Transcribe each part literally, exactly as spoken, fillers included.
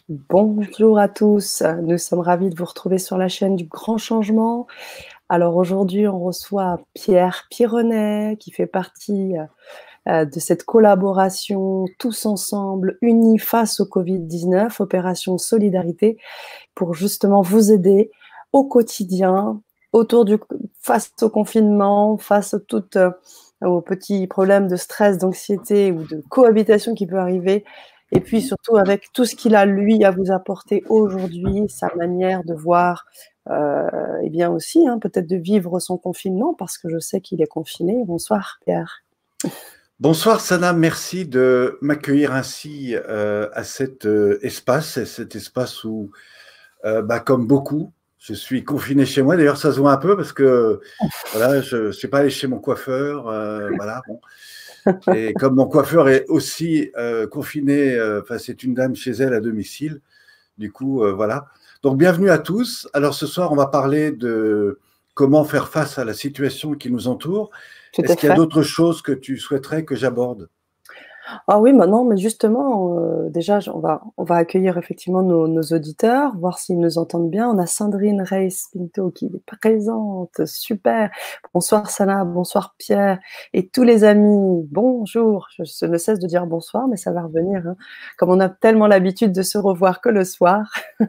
Bonjour à tous, nous sommes ravis de vous retrouver sur la chaîne du Grand Changement. Alors aujourd'hui, on reçoit Pierre Pironnet qui fait partie euh, de cette collaboration Tous ensemble, unis face au Covid dix-neuf, opération Solidarité, pour justement vous aider au quotidien, autour du, face au confinement, face à toutes, euh, aux petits problèmes de stress, d'anxiété ou de cohabitation qui peut arriver. Et puis surtout avec tout ce qu'il a, lui, à vous apporter aujourd'hui, sa manière de voir, euh, et bien aussi, hein, peut-être de vivre son confinement, parce que je sais qu'il est confiné. Bonsoir, Pierre. Bonsoir Sana, merci de m'accueillir ainsi euh, à cet euh, espace, cet espace où, euh, bah, comme beaucoup, je suis confiné chez moi. D'ailleurs, ça se voit un peu parce que voilà, je ne suis pas allé chez mon coiffeur. Euh, voilà, bon. Et comme mon coiffeur est aussi euh, confiné, euh, enfin, c'est une dame chez elle à domicile. Du coup, euh, voilà. Donc, bienvenue à tous. Alors, ce soir, on va parler de comment faire face à la situation qui nous entoure. Tout à Est-ce qu'il y a fait. d'autres choses que tu souhaiterais que j'aborde? Ah oui, bah non, mais justement, heu, déjà, j on va on va accueillir effectivement nos nos auditeurs, voir s'ils nous entendent bien. On a Sandrine Reis-Pinto qui est présente, super. Bonsoir Sana, bonsoir Pierre et tous les amis, bonjour. Je je ne cesse de dire bonsoir, mais ça va revenir, hein, comme on a tellement l'habitude de se revoir que le soir.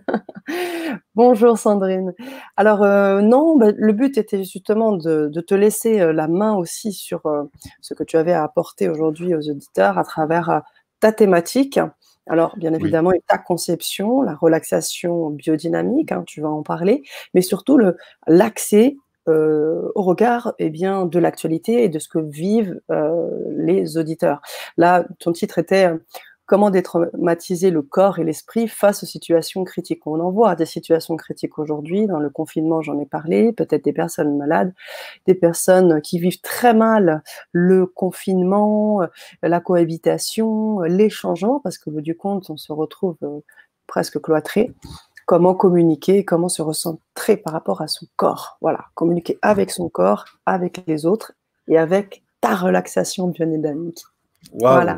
Bonjour Sandrine. Alors, heu, non, bah, le but était justement de de te laisser, heu, la main aussi sur, heu, ce que tu avais à apporter aujourd'hui aux auditeurs à travers, heu, ta thématique. Alors, bien Oui. évidemment et ta conception, la relaxation biodynamique, hein, tu vas en parler, mais surtout le l'accès, heu, au regard et bien, de l'actualité et de ce que vivent, heu, les auditeurs. Là, ton titre était, heu: «Comment détraumatiser le corps et l'esprit face aux situations critiques?» On en voit des situations critiques aujourd'hui, dans le confinement, j'en ai parlé, peut-être des personnes malades, des personnes qui vivent très mal le confinement, heu, la cohabitation, heu, les changements, parce qu'au bout du compte, on se retrouve, heu, presque cloîtrés. Comment communiquer? Comment se recentrer par rapport à son corps? Voilà, communiquer avec son corps, avec les autres et avec ta relaxation biodynamique. Voilà. Waouh!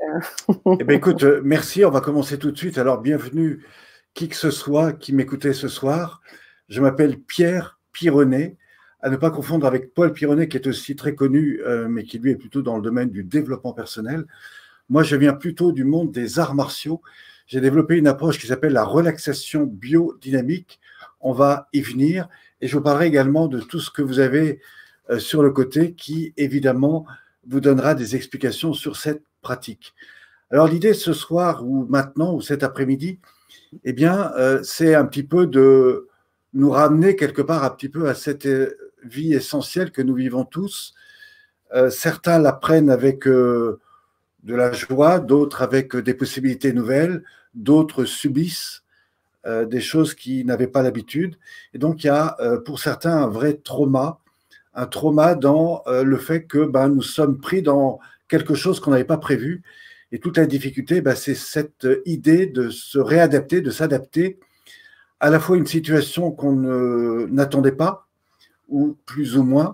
Eh bien, écoute, euh, merci. On va commencer tout de suite. Alors, bienvenue, qui que ce soit qui m'écoutait ce soir. Je m'appelle Pierre Pironnet, à ne pas confondre avec Paul Pironnet, qui est aussi très connu, euh, mais qui lui est plutôt dans le domaine du développement personnel. Moi, je viens plutôt du monde des arts martiaux. J'ai développé une approche qui s'appelle la relaxation biodynamique. On va y venir. Et je vous parlerai également de tout ce que vous avez euh, sur le côté qui, évidemment, vous donnera des explications sur cette pratique. Alors l'idée ce soir ou maintenant ou cet après-midi, eh bien, euh, c'est un petit peu de nous ramener quelque part un petit peu à cette euh, vie essentielle que nous vivons tous. Euh, certains la prennent avec euh, de la joie, d'autres avec euh, des possibilités nouvelles, d'autres subissent euh, des choses qui n'avaient pas l'habitude. Et donc il y a euh, pour certains un vrai trauma, un trauma dans euh, le fait que ben, nous sommes pris dans quelque chose qu'on n'avait pas prévu. Et toute la difficulté, ben, c'est cette idée de se réadapter, de s'adapter à la fois à une situation qu'on ne- n'attendait pas, ou plus ou moins,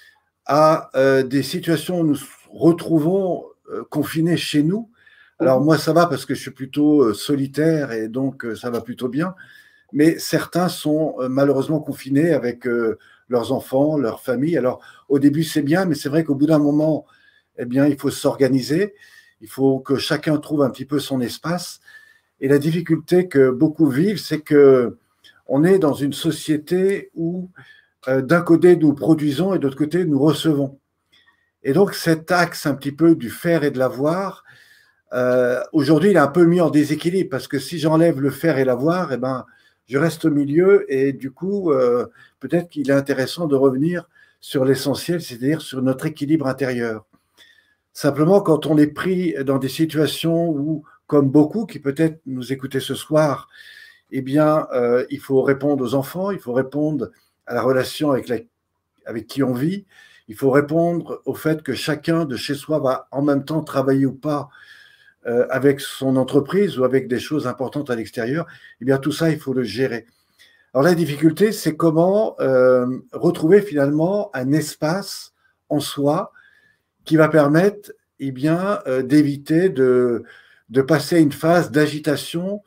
à euh, des situations où nous nous retrouvons euh, confinés chez nous. Alors Mmh. moi, ça va parce que je suis plutôt euh, solitaire et donc euh, ça va plutôt bien. Mais certains sont euh, malheureusement confinés avec euh, leurs enfants, leur famille. Alors, au début, c'est bien, mais c'est vrai qu'au bout d'un moment, eh bien, il faut s'organiser. Il faut que chacun trouve un petit peu son espace. Et la difficulté que beaucoup vivent, c'est que on est dans une société où, euh, d'un côté, nous produisons et d'autre côté, nous recevons. Et donc, cet axe un petit peu du faire et de l'avoir, euh, aujourd'hui, il est un peu mis en déséquilibre parce que si j'enlève le faire et l'avoir, eh ben, je reste au milieu et du coup, euh, peut-être qu'il est intéressant de revenir sur l'essentiel, c'est-à-dire sur notre équilibre intérieur. Simplement, quand on est pris dans des situations où, comme beaucoup qui peut-être nous écoutaient ce soir, eh bien, euh, il faut répondre aux enfants, il faut répondre à la relation avec, la, avec qui on vit, il faut répondre au fait que chacun de chez soi va en même temps travailler ou pas euh, avec son entreprise ou avec des choses importantes à l'extérieur, eh bien tout ça, il faut le gérer. Alors la difficulté, c'est comment euh, retrouver finalement un espace en soi qui va permettre eh bien, euh, d'éviter de, de passer à une phase d'agitation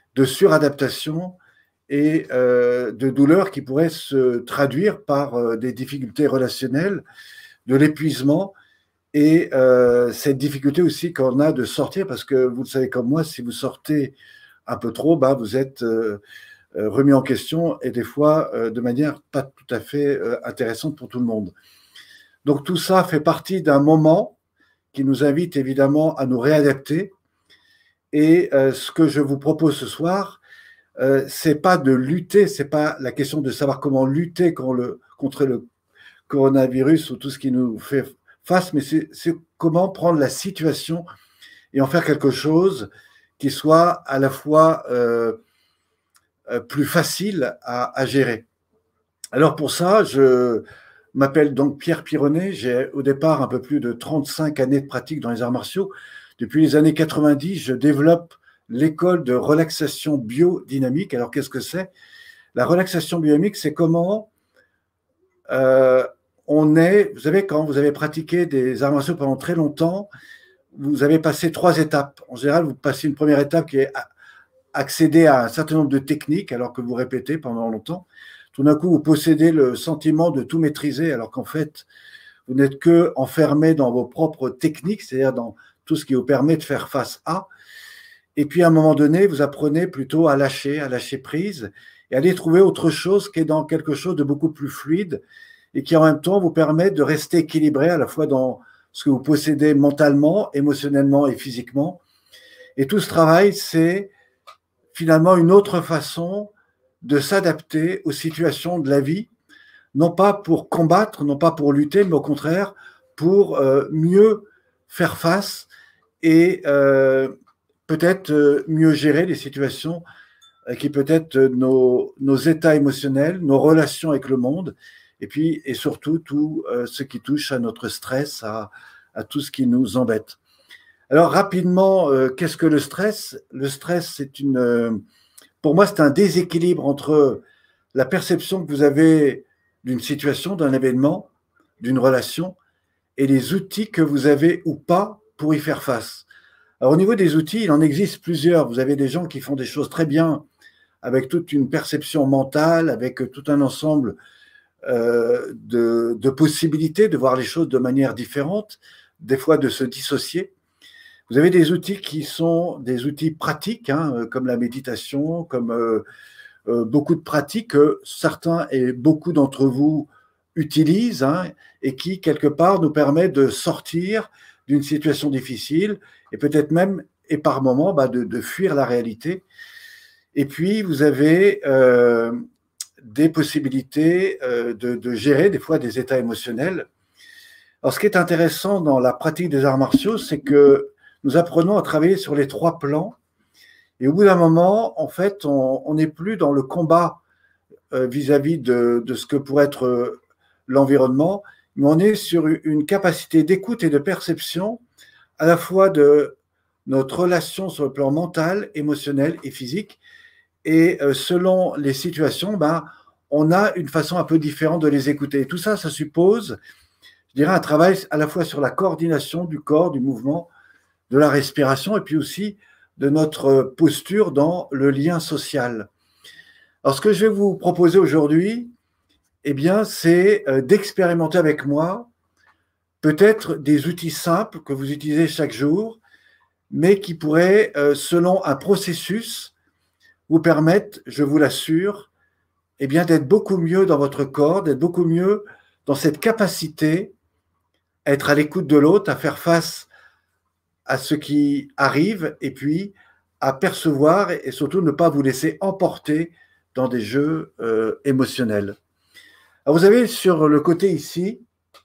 de suradaptation et euh, de douleurs qui pourraient se traduire par euh, des difficultés relationnelles, de l'épuisement et euh, cette difficulté aussi qu'on a de sortir, parce que vous le savez comme moi, si vous sortez un peu trop, bah, vous êtes euh, remis en question et des fois euh, de manière pas tout à fait euh, intéressante pour tout le monde. Donc tout ça fait partie d'un moment qui nous invite évidemment à nous réadapter. Et euh, ce que je vous propose ce soir, euh, c'est pas de lutter, c'est pas la question de savoir comment lutter contre le, contre le coronavirus ou tout ce qui nous fait face, mais c'est comment prendre la situation et en faire quelque chose qui soit à la fois euh, plus facile à, à gérer. Alors pour ça, je m'appelle donc Pierre Pironnet, j'ai au départ un peu plus de trente-cinq années de pratique dans les arts martiaux. Depuis les années quatre-vingt-dix, je développe l'école de relaxation biodynamique. Alors qu'est-ce que c'est? La relaxation biodynamique, c'est comment euh, on est, vous savez, quand vous avez pratiqué des arts martiaux pendant très longtemps, vous avez passé trois étapes. En général, vous passez une première étape qui est accéder à un certain nombre de techniques alors que vous répétez pendant longtemps. Tout d'un coup, vous possédez le sentiment de tout maîtriser alors qu'en fait, vous n'êtes que enfermé dans vos propres techniques, c'est-à-dire dans tout ce qui vous permet de faire face à. Et puis, à un moment donné, vous apprenez plutôt à lâcher, à lâcher prise et à aller trouver autre chose qui est dans quelque chose de beaucoup plus fluide et qui en même temps vous permet de rester équilibré à la fois dans ce que vous possédez mentalement, émotionnellement et physiquement. Et tout ce travail, c'est finalement une autre façon de s'adapter aux situations de la vie, non pas pour combattre, non pas pour lutter, mais au contraire pour euh, mieux faire face et euh, peut-être euh, mieux gérer les situations euh, qui peut-être nos, nos états émotionnels, nos relations avec le monde, et puis et surtout tout euh, ce qui touche à notre stress, à, à tout ce qui nous embête. Alors rapidement, euh, qu'est-ce que le stress? Le stress, c'est une, euh, pour moi, c'est un déséquilibre entre la perception que vous avez d'une situation, d'un événement, d'une relation, et les outils que vous avez ou pas pour y faire face. Alors au niveau des outils, il en existe plusieurs. Vous avez des gens qui font des choses très bien avec toute une perception mentale, avec tout un ensemble euh, de, de possibilités de voir les choses de manière différente, des fois de se dissocier. Vous avez des outils qui sont des outils pratiques, hein, comme la méditation, comme euh, euh, beaucoup de pratiques que certains et beaucoup d'entre vous utilisent, hein, et qui, quelque part, nous permettent de sortir d'une situation difficile et peut-être même, et par moments, bah, de, de fuir la réalité. Et puis, vous avez euh, des possibilités euh, de, de gérer des fois des états émotionnels. Alors, ce qui est intéressant dans la pratique des arts martiaux, c'est que nous apprenons à travailler sur les trois plans. Et au bout d'un moment, en fait, on n'est plus dans le combat euh, vis-à-vis de, de ce que pourrait être euh, l'environnement, mais on est sur une capacité d'écoute et de perception à la fois de notre relation sur le plan mental, émotionnel et physique. Et euh, selon les situations, ben, on a une façon un peu différente de les écouter. Et tout ça, ça suppose, je dirais, un travail à la fois sur la coordination du corps, du mouvement, de la respiration et puis aussi de notre posture dans le lien social. Alors, ce que je vais vous proposer aujourd'hui, eh bien, c'est d'expérimenter avec moi peut-être des outils simples que vous utilisez chaque jour, mais qui pourraient, selon un processus, vous permettre, je vous l'assure, eh bien, d'être beaucoup mieux dans votre corps, d'être beaucoup mieux dans cette capacité à être à l'écoute de l'autre, à faire face à ce qui arrive et puis à percevoir et surtout ne pas vous laisser emporter dans des jeux euh, émotionnels. Alors vous avez sur le côté ici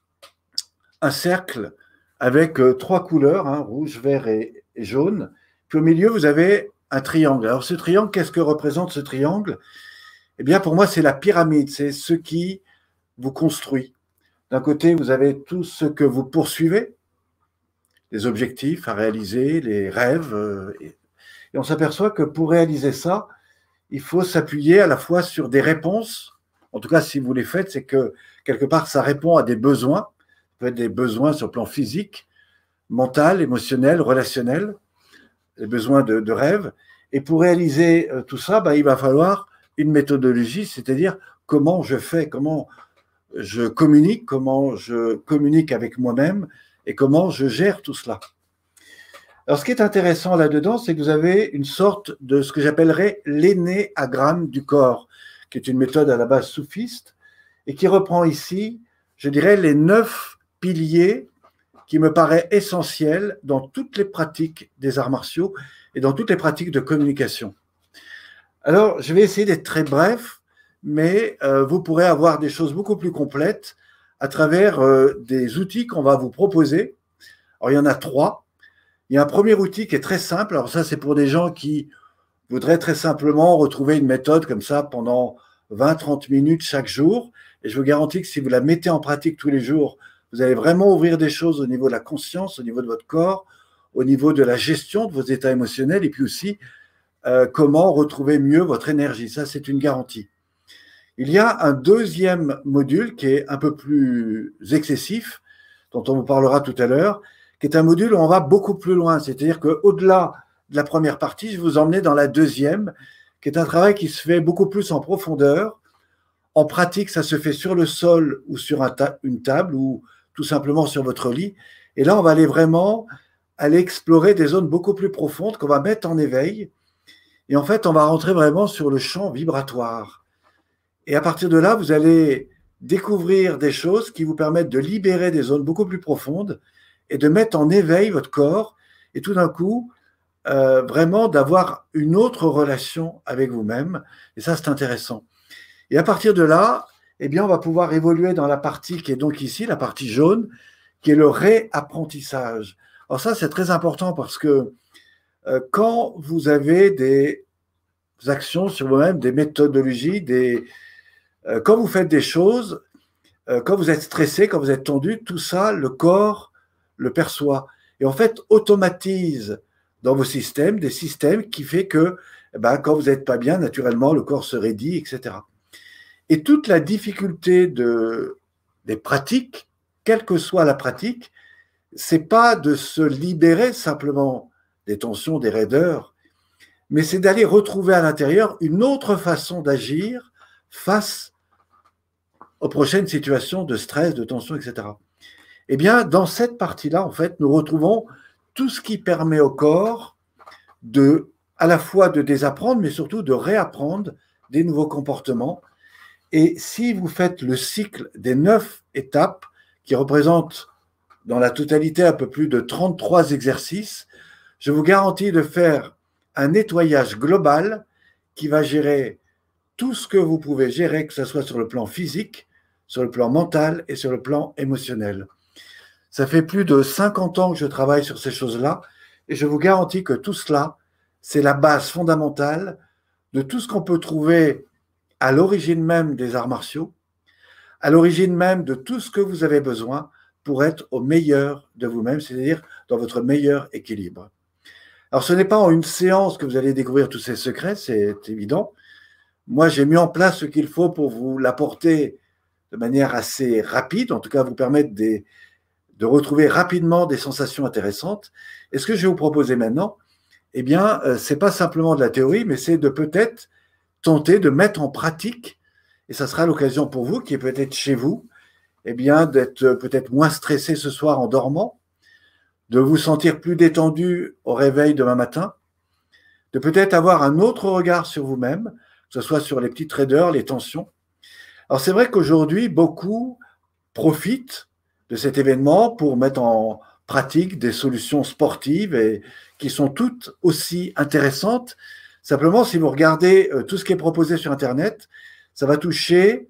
un cercle avec euh, trois couleurs, hein, rouge, vert et, et jaune. Puis au milieu, vous avez un triangle. Alors ce triangle, qu'est-ce que représente ce triangle? Eh bien pour moi, c'est la pyramide, c'est ce qui vous construit. D'un côté, vous avez tout ce que vous poursuivez, les objectifs à réaliser, les rêves. Et on s'aperçoit que pour réaliser ça, il faut s'appuyer à la fois sur des réponses. En tout cas, si vous les faites, c'est que quelque part, ça répond à des besoins. Ça peut être des besoins sur le plan physique, mental, émotionnel, relationnel, des besoins de, de rêve. Et pour réaliser euh, tout ça, bah, il va falloir une méthodologie, c'est-à-dire comment je fais, comment je communique, comment je communique avec moi-même et comment je gère tout cela. Alors, ce qui est intéressant là-dedans, c'est que vous avez une sorte de ce que j'appellerais l'énéagramme du corps, qui est une méthode à la base soufiste et qui reprend ici, je dirais, les neuf piliers qui me paraissent essentiels dans toutes les pratiques des arts martiaux et dans toutes les pratiques de communication. Alors, je vais essayer d'être très bref, mais euh, vous pourrez avoir des choses beaucoup plus complètes à travers euh, des outils qu'on va vous proposer. Alors, il y en a trois. Il y a un premier outil qui est très simple. Alors ça, c'est pour des gens qui voudraient très simplement retrouver une méthode comme ça pendant vingt à trente minutes chaque jour. Et je vous garantis que si vous la mettez en pratique tous les jours, vous allez vraiment ouvrir des choses au niveau de la conscience, au niveau de votre corps, au niveau de la gestion de vos états émotionnels et puis aussi euh, comment retrouver mieux votre énergie. Ça, c'est une garantie. Il y a un deuxième module qui est un peu plus excessif, dont on vous parlera tout à l'heure, qui est un module où on va beaucoup plus loin. C'est-à-dire qu'au-delà de la première partie, je vais vous emmener dans la deuxième, qui est un travail qui se fait beaucoup plus en profondeur. En pratique, ça se fait sur le sol ou sur un ta- une table ou tout simplement sur votre lit. Et là, on va aller vraiment aller explorer des zones beaucoup plus profondes qu'on va mettre en éveil. Et en fait, on va rentrer vraiment sur le champ vibratoire. Et à partir de là, vous allez découvrir des choses qui vous permettent de libérer des zones beaucoup plus profondes et de mettre en éveil votre corps et tout d'un coup, euh, vraiment d'avoir une autre relation avec vous-même. Et ça, c'est intéressant. Et à partir de là, eh bien, on va pouvoir évoluer dans la partie qui est donc ici, la partie jaune, qui est le réapprentissage. Alors ça, c'est très important parce que euh, quand vous avez des actions sur vous-même, des méthodologies, des, euh, quand vous faites des choses, euh, quand vous êtes stressé, quand vous êtes tendu, tout ça, le corps le perçoit. Et en fait, automatise dans vos systèmes des systèmes qui fait que eh ben, quand vous n'êtes pas bien, naturellement, le corps se raidit, et cetera. Et toute la difficulté de, des pratiques, quelle que soit la pratique, c'est pas de se libérer simplement des tensions, des raideurs, mais c'est d'aller retrouver à l'intérieur une autre façon d'agir face aux prochaines situations de stress, de tension, et cetera. Eh bien, dans cette partie-là, en fait, nous retrouvons tout ce qui permet au corps de, à la fois de désapprendre, mais surtout de réapprendre des nouveaux comportements. Et si vous faites le cycle des neuf étapes, qui représentent dans la totalité un peu plus de trente-trois exercices, je vous garantis de faire un nettoyage global qui va gérer tout ce que vous pouvez gérer, que ce soit sur le plan physique, sur le plan mental et sur le plan émotionnel. Ça fait plus de cinquante ans que je travaille sur ces choses-là et je vous garantis que tout cela, c'est la base fondamentale de tout ce qu'on peut trouver à l'origine même des arts martiaux, à l'origine même de tout ce que vous avez besoin pour être au meilleur de vous-même, c'est-à-dire dans votre meilleur équilibre. Alors, ce n'est pas en une séance que vous allez découvrir tous ces secrets, c'est évident. Moi, j'ai mis en place ce qu'il faut pour vous l'apporter de manière assez rapide, en tout cas vous permettre des de retrouver rapidement des sensations intéressantes. Et ce que je vais vous proposer maintenant, eh bien, euh, ce n'est pas simplement de la théorie, mais c'est de peut-être tenter de mettre en pratique, et ça sera l'occasion pour vous, qui est peut-être chez vous, eh bien, d'être peut-être moins stressé ce soir en dormant, de vous sentir plus détendu au réveil demain matin, de peut-être avoir un autre regard sur vous-même, que ce soit sur les petites raideurs, les tensions. Alors, c'est vrai qu'aujourd'hui, beaucoup profitent de cet événement pour mettre en pratique des solutions sportives et qui sont toutes aussi intéressantes. Simplement, si vous regardez tout ce qui est proposé sur Internet, ça va toucher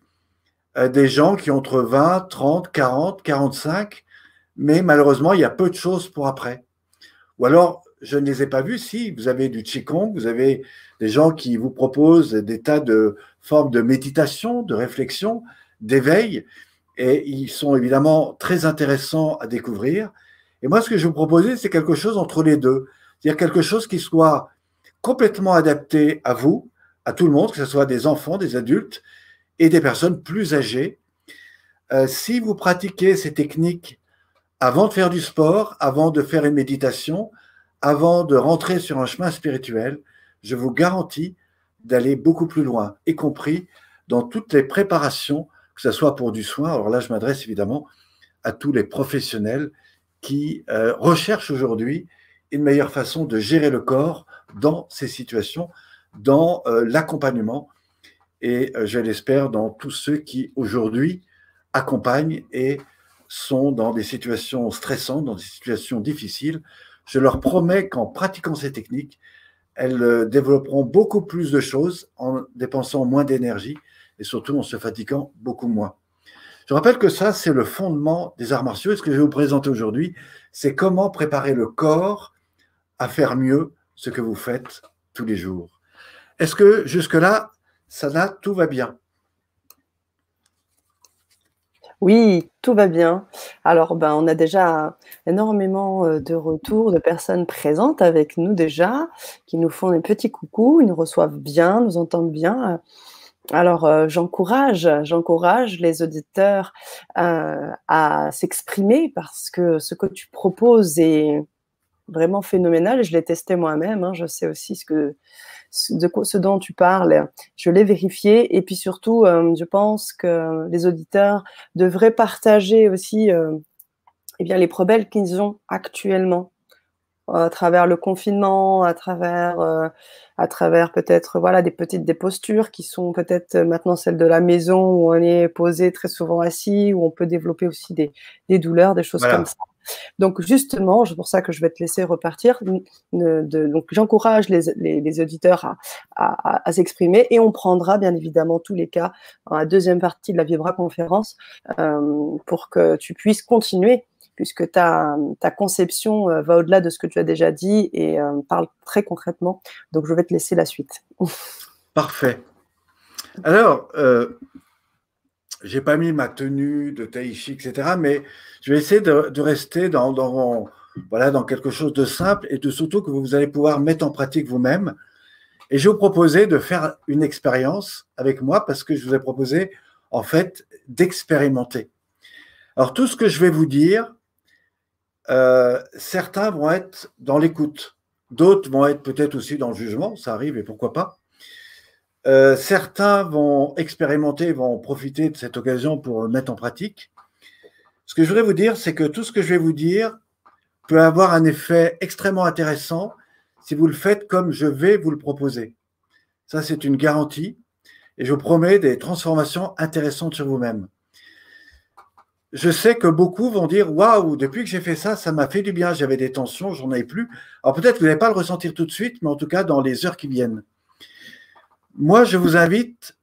des gens qui ont entre vingt, trente, quarante, quarante-cinq, mais malheureusement, il y a peu de choses pour après. Ou alors, je ne les ai pas vus, si vous avez du Qigong, vous avez des gens qui vous proposent des tas de formes de méditation, de réflexion, d'éveil, et ils sont évidemment très intéressants à découvrir. Et moi, ce que je vais vous proposer, c'est quelque chose entre les deux. C'est-à-dire quelque chose qui soit complètement adapté à vous, à tout le monde, que ce soit des enfants, des adultes et des personnes plus âgées. Euh, si vous pratiquez ces techniques avant de faire du sport, avant de faire une méditation, avant de rentrer sur un chemin spirituel, je vous garantis d'aller beaucoup plus loin, y compris dans toutes les préparations, que ce soit pour du soin. Alors là, je m'adresse évidemment à tous les professionnels qui euh, recherchent aujourd'hui une meilleure façon de gérer le corps dans ces situations, dans euh, l'accompagnement et, euh, je l'espère, dans tous ceux qui aujourd'hui accompagnent et sont dans des situations stressantes, dans des situations difficiles. Je leur promets qu'en pratiquant ces techniques, elles euh, développeront beaucoup plus de choses en dépensant moins d'énergie et surtout en se fatiguant beaucoup moins. Je rappelle que ça, c'est le fondement des arts martiaux. Et ce que je vais vous présenter aujourd'hui, c'est comment préparer le corps à faire mieux ce que vous faites tous les jours. Est-ce que jusque-là, Sana, tout va bien? Oui, tout va bien. Alors, ben, on a déjà énormément euh, de retours de personnes présentes avec nous déjà, qui nous font un petit coucou, ils nous reçoivent bien, nous entendent bien. Alors, euh, j'encourage, j'encourage les auditeurs euh, à s'exprimer parce que ce que tu proposes est vraiment phénoménal et je l'ai testé moi-même, hein, je sais aussi ce que de ce dont tu parles, je l'ai vérifié et puis surtout, euh, je pense que les auditeurs devraient partager aussi euh, eh bien, les problèmes qu'ils ont actuellement à travers le confinement, à travers, euh, à travers peut-être voilà, des petites des postures qui sont peut-être maintenant celles de la maison où on est posé très souvent assis, où on peut développer aussi des, des douleurs, des choses Voilà. comme ça. Donc justement, c'est pour ça que je vais te laisser repartir. De, de, donc j'encourage les, les, les auditeurs à, à, à s'exprimer et on prendra bien évidemment tous les cas dans la deuxième partie de la Vibra conférence euh, pour que tu puisses continuer puisque ta, ta conception euh, va au-delà de ce que tu as déjà dit et euh, parle très concrètement. Donc je vais te laisser la suite. Parfait. Alors, euh, j'ai pas mis ma tenue de tai chi, et cetera, mais je vais essayer de, de rester dans, dans, voilà, dans quelque chose de simple et de surtout que vous allez pouvoir mettre en pratique vous-même. Et je vais vous proposer de faire une expérience avec moi parce que je vous ai proposé, en fait, d'expérimenter. Alors, tout ce que je vais vous dire, euh, certains vont être dans l'écoute, d'autres vont être peut-être aussi dans le jugement, ça arrive et pourquoi pas. Euh, certains vont expérimenter, vont profiter de cette occasion pour le mettre en pratique. Ce que je voudrais vous dire, c'est que tout ce que je vais vous dire peut avoir un effet extrêmement intéressant si vous le faites comme je vais vous le proposer. Ça, c'est une garantie et je vous promets des transformations intéressantes sur vous-même. Je sais que beaucoup vont dire « Waouh, depuis que j'ai fait ça, ça m'a fait du bien, j'avais des tensions, j'en avais plus. » Alors peut-être que vous n'allez pas le ressentir tout de suite, mais en tout cas dans les heures qui viennent. Moi, je vous invite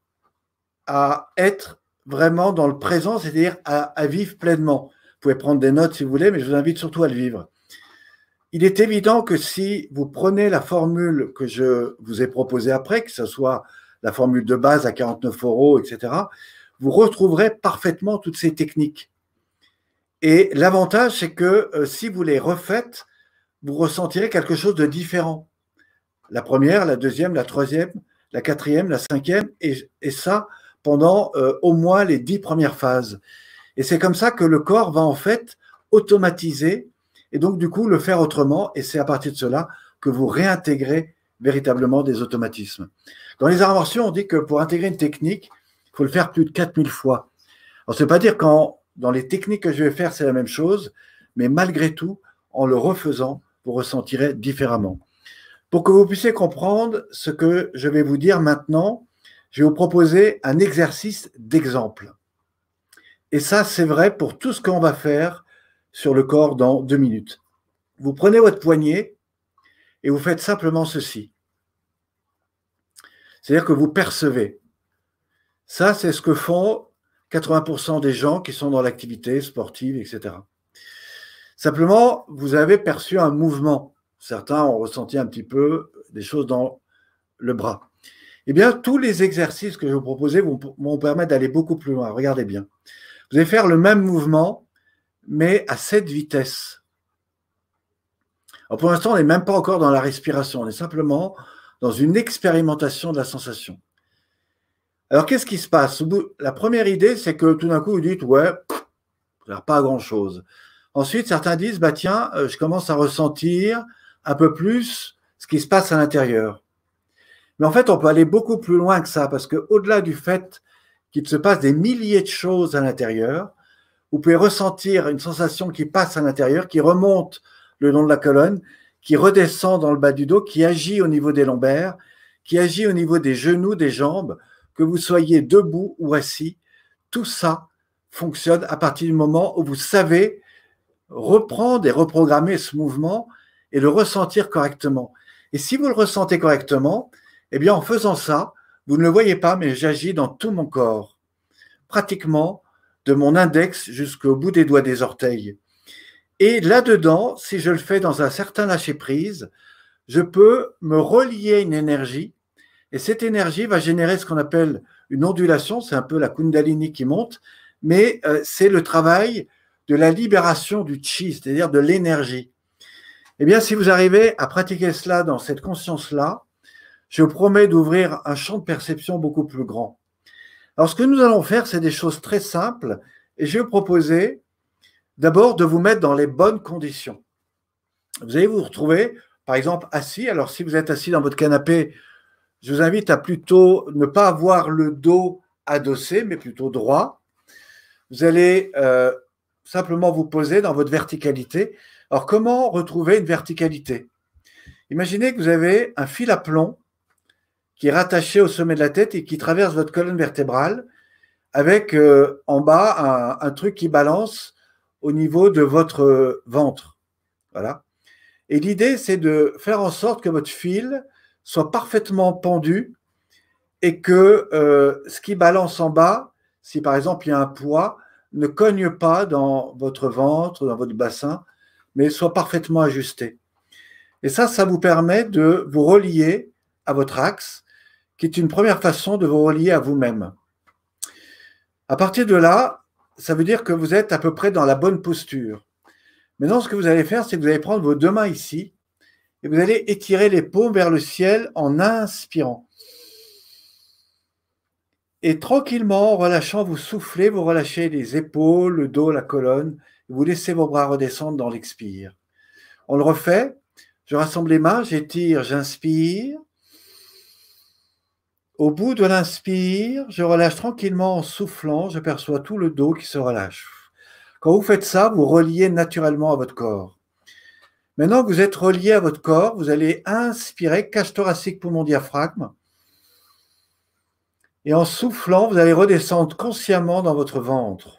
à être vraiment dans le présent, c'est-à-dire à, à vivre pleinement. Vous pouvez prendre des notes si vous voulez, mais je vous invite surtout à le vivre. Il est évident que si vous prenez la formule que je vous ai proposée après, que ce soit la formule de base à quarante-neuf euros, et cetera, vous retrouverez parfaitement toutes ces techniques. Et l'avantage, c'est que euh, si vous les refaites, vous ressentirez quelque chose de différent. La première, la deuxième, la troisième, la quatrième, la cinquième, et, et ça pendant euh, au moins les dix premières phases. Et c'est comme ça que le corps va en fait automatiser et donc du coup le faire autrement, et c'est à partir de cela que vous réintégrez véritablement des automatismes. Dans les arts martiaux, on dit que pour intégrer une technique, il faut le faire plus de quatre mille fois. Alors, ça ne veut pas dire qu'en dans les techniques que je vais faire, c'est la même chose, mais malgré tout, en le refaisant, vous ressentirez différemment. Pour que vous puissiez comprendre ce que je vais vous dire maintenant, je vais vous proposer un exercice d'exemple. Et ça, c'est vrai pour tout ce qu'on va faire sur le corps dans deux minutes. Vous prenez votre poignet et vous faites simplement ceci. C'est-à-dire que vous percevez. Ça, c'est ce que font quatre-vingts pour cent des gens qui sont dans l'activité sportive, et cetera. Simplement, vous avez perçu un mouvement. Certains ont ressenti un petit peu des choses dans le bras. Eh bien, tous les exercices que je vais vous proposer vont vous permettre d'aller beaucoup plus loin. Regardez bien. Vous allez faire le même mouvement, mais à cette vitesse. Alors pour l'instant, on n'est même pas encore dans la respiration. On est simplement dans une expérimentation de la sensation. Alors, qu'est-ce qui se passe? La première idée, c'est que tout d'un coup, vous dites, ouais, ça n'a pas grand-chose. Ensuite, certains disent, bah tiens, je commence à ressentir un peu plus ce qui se passe à l'intérieur. Mais en fait, on peut aller beaucoup plus loin que ça, parce qu'au-delà du fait qu'il se passe des milliers de choses à l'intérieur, vous pouvez ressentir une sensation qui passe à l'intérieur, qui remonte le long de la colonne, qui redescend dans le bas du dos, qui agit au niveau des lombaires, qui agit au niveau des genoux, des jambes, que vous soyez debout ou assis. Tout ça fonctionne à partir du moment où vous savez reprendre et reprogrammer ce mouvement et le ressentir correctement. Et si vous le ressentez correctement, eh bien, en faisant ça, vous ne le voyez pas, mais j'agis dans tout mon corps, pratiquement de mon index jusqu'au bout des doigts des orteils. Et là-dedans, si je le fais dans un certain lâcher-prise, je peux me relier à une énergie, et cette énergie va générer ce qu'on appelle une ondulation, c'est un peu la Kundalini qui monte, mais euh, c'est le travail de la libération du chi, c'est-à-dire de l'énergie. Eh bien, si vous arrivez à pratiquer cela dans cette conscience-là, je vous promets d'ouvrir un champ de perception beaucoup plus grand. Alors, ce que nous allons faire, c'est des choses très simples, et je vais vous proposer d'abord de vous mettre dans les bonnes conditions. Vous allez vous retrouver, par exemple, assis. Alors, si vous êtes assis dans votre canapé, je vous invite à plutôt ne pas avoir le dos adossé, mais plutôt droit. Vous allez euh, simplement vous poser dans votre verticalité. Alors, comment retrouver une verticalité? Imaginez que vous avez un fil à plomb qui est rattaché au sommet de la tête et qui traverse votre colonne vertébrale avec euh, en bas un, un truc qui balance au niveau de votre ventre. Voilà. Et l'idée, c'est de faire en sorte que votre fil soit parfaitement pendu et que euh, ce qui balance en bas, si par exemple il y a un poids, ne cogne pas dans votre ventre, dans votre bassin, mais soit parfaitement ajusté. Et ça, ça vous permet de vous relier à votre axe, qui est une première façon de vous relier à vous-même. À partir de là, ça veut dire que vous êtes à peu près dans la bonne posture. Maintenant, ce que vous allez faire, c'est que vous allez prendre vos deux mains ici et vous allez étirer les paumes vers le ciel en inspirant. Et tranquillement, en relâchant, vous soufflez, vous relâchez les épaules, le dos, la colonne, et vous laissez vos bras redescendre dans l'expire. On le refait. Je rassemble les mains, j'étire, j'inspire. Au bout de l'inspire, je relâche tranquillement en soufflant, je perçois tout le dos qui se relâche. Quand vous faites ça, vous reliez naturellement à votre corps. Maintenant que vous êtes relié à votre corps, vous allez inspirer, cage thoracique, poumon, diaphragme. Et en soufflant, vous allez redescendre consciemment dans votre ventre.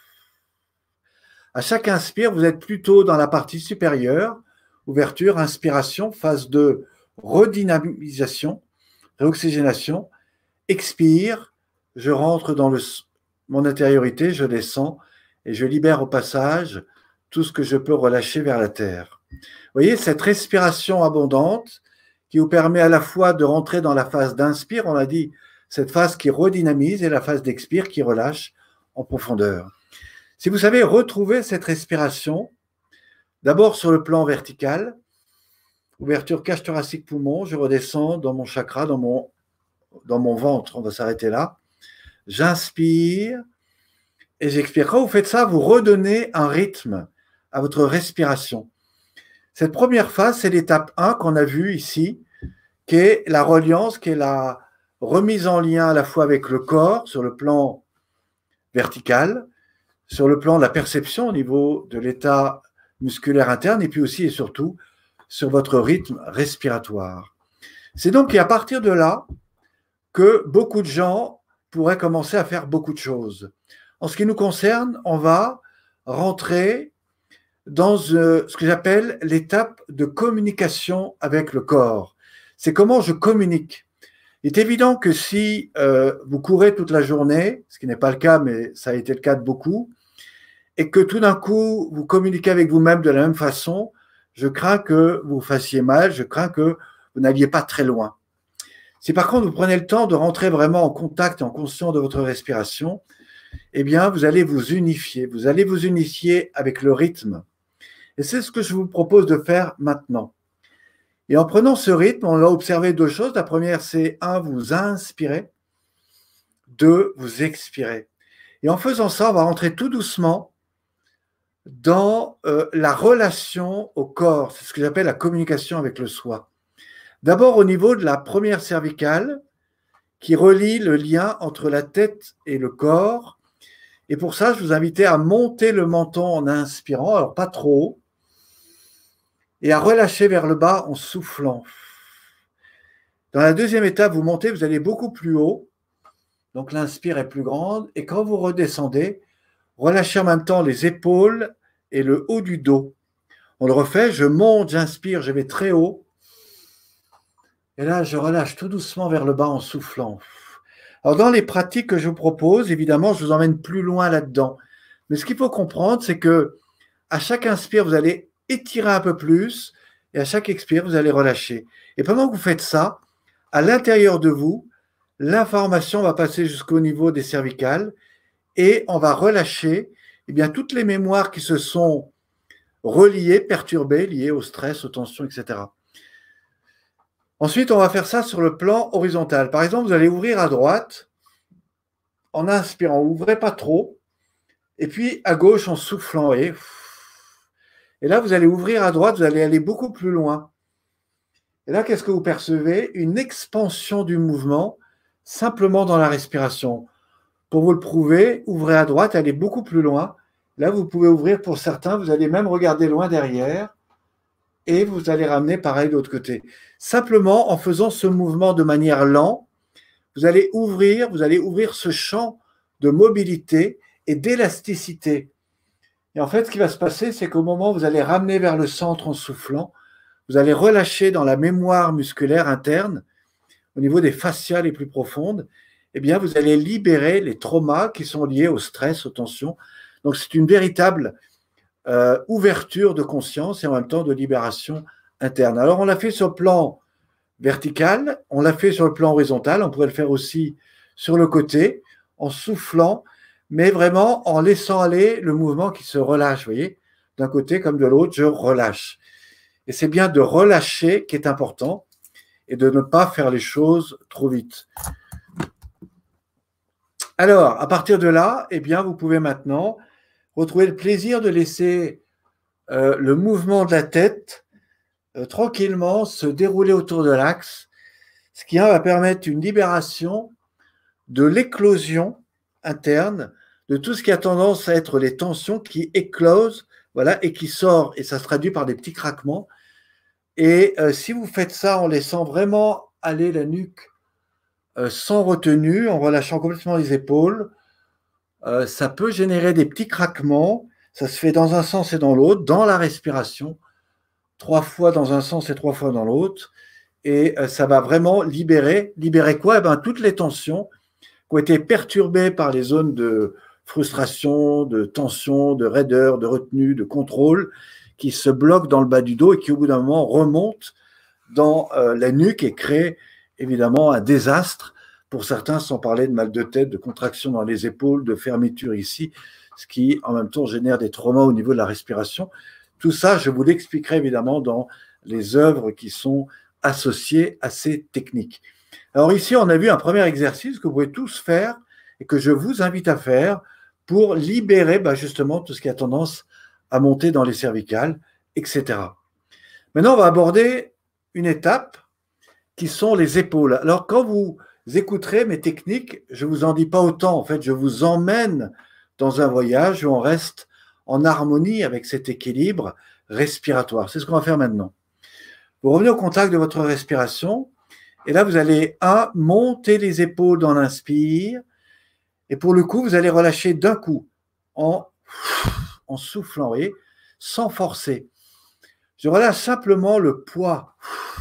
À chaque inspire, vous êtes plutôt dans la partie supérieure, ouverture, inspiration, phase de redynamisation, réoxygénation. Expire, je rentre dans le, mon intériorité, je descends et je libère au passage tout ce que je peux relâcher vers la terre. Vous voyez, cette respiration abondante qui vous permet à la fois de rentrer dans la phase d'inspire, on a dit, cette phase qui redynamise et la phase d'expire qui relâche en profondeur. Si vous savez retrouver cette respiration, d'abord sur le plan vertical, ouverture cage thoracique poumon, je redescends dans mon chakra, dans mon, dans mon ventre, on va s'arrêter là. J'inspire et j'expire. Quand vous faites ça, vous redonnez un rythme à votre respiration. Cette première phase, c'est l'étape un qu'on a vue ici, qui est la reliance, qui est la remise en lien à la fois avec le corps sur le plan vertical, sur le plan de la perception au niveau de l'état musculaire interne et puis aussi et surtout sur votre rythme respiratoire. C'est donc à partir de là que beaucoup de gens pourraient commencer à faire beaucoup de choses. En ce qui nous concerne, on va rentrer dans ce que j'appelle l'étape de communication avec le corps. C'est comment je communique. Il est évident que si euh, vous courez toute la journée, ce qui n'est pas le cas, mais ça a été le cas de beaucoup, et que tout d'un coup, vous communiquez avec vous-même de la même façon, je crains que vous fassiez mal, je crains que vous n'alliez pas très loin. Si par contre, vous prenez le temps de rentrer vraiment en contact, en conscience de votre respiration, eh bien, vous allez vous unifier. Vous allez vous unifier avec le rythme. Et c'est ce que je vous propose de faire maintenant. Et en prenant ce rythme, on va observer deux choses. La première, c'est un, vous inspirez. Deux, vous expirez. Et en faisant ça, on va rentrer tout doucement dans euh, la relation au corps. C'est ce que j'appelle la communication avec le soi. D'abord au niveau de la première cervicale qui relie le lien entre la tête et le corps. Et pour ça, je vous invitais à monter le menton en inspirant, alors pas trop haut, et à relâcher vers le bas en soufflant. Dans la deuxième étape, vous montez, vous allez beaucoup plus haut, donc l'inspire est plus grande, et quand vous redescendez, relâchez en même temps les épaules et le haut du dos. On le refait, je monte, j'inspire, je vais très haut, et là je relâche tout doucement vers le bas en soufflant. Alors dans les pratiques que je vous propose, évidemment, je vous emmène plus loin là-dedans. Mais ce qu'il faut comprendre, c'est que à chaque inspire, vous allez étirer un peu plus, et à chaque expire, vous allez relâcher. Et pendant que vous faites ça, à l'intérieur de vous, l'information va passer jusqu'au niveau des cervicales et on va relâcher eh bien, toutes les mémoires qui se sont reliées, perturbées, liées au stress, aux tensions, et cetera. Ensuite, on va faire ça sur le plan horizontal. Par exemple, vous allez ouvrir à droite en inspirant, ouvrez pas trop, et puis à gauche en soufflant. Et, et là, vous allez ouvrir à droite, vous allez aller beaucoup plus loin. Et là, qu'est-ce que vous percevez? Une expansion du mouvement simplement dans la respiration. Pour vous le prouver, ouvrez à droite, allez beaucoup plus loin. Là, vous pouvez ouvrir pour certains, vous allez même regarder loin derrière et vous allez ramener pareil de l'autre côté. Simplement, en faisant ce mouvement de manière lente, vous allez ouvrir, vous allez ouvrir ce champ de mobilité et d'élasticité. Et en fait, ce qui va se passer, c'est qu'au moment où vous allez ramener vers le centre en soufflant, vous allez relâcher dans la mémoire musculaire interne, au niveau des fascias les plus profondes, eh bien, vous allez libérer les traumas qui sont liés au stress, aux tensions. Donc, c'est une véritable euh, ouverture de conscience et en même temps de libération interne. Alors, on l'a fait sur le plan vertical, on l'a fait sur le plan horizontal, on pourrait le faire aussi sur le côté, en soufflant, mais vraiment en laissant aller le mouvement qui se relâche, vous voyez, d'un côté comme de l'autre, je relâche. Et c'est bien de relâcher qui est important et de ne pas faire les choses trop vite. Alors, à partir de là, eh bien, vous pouvez maintenant retrouver le plaisir de laisser euh, le mouvement de la tête euh, tranquillement se dérouler autour de l'axe, ce qui va permettre une libération de l'éclosion interne de tout ce qui a tendance à être les tensions qui éclosent, voilà, et qui sort, et ça se traduit par des petits craquements. Et euh, si vous faites ça en laissant vraiment aller la nuque euh, sans retenue, en relâchant complètement les épaules, euh, ça peut générer des petits craquements. Ça se fait dans un sens et dans l'autre, dans la respiration, trois fois dans un sens et trois fois dans l'autre. Et euh, ça va vraiment libérer. Libérer quoi? Eh bien, toutes les tensions qui ont été perturbées par les zones de frustration, de tension, de raideur, de retenue, de contrôle, qui se bloquent dans le bas du dos et qui, au bout d'un moment, remontent dans euh, la nuque et créent évidemment un désastre. Pour certains, sans parler de mal de tête, de contraction dans les épaules, de fermeture ici, ce qui, en même temps, génère des traumas au niveau de la respiration. Tout ça, je vous l'expliquerai évidemment dans les œuvres qui sont associées à ces techniques. Alors ici, on a vu un premier exercice que vous pouvez tous faire et que je vous invite à faire pour libérer bah, justement tout ce qui a tendance à monter dans les cervicales, et cetera. Maintenant, on va aborder une étape qui sont les épaules. Alors, quand vous écouterez mes techniques, je ne vous en dis pas autant. En fait, je vous emmène dans un voyage où on reste en harmonie avec cet équilibre respiratoire. C'est ce qu'on va faire maintenant. Vous revenez au contact de votre respiration et là, vous allez, un, monter les épaules dans l'inspire et pour le coup, vous allez relâcher d'un coup en, en soufflant, vous voyez, sans forcer. Je relâche simplement le poids.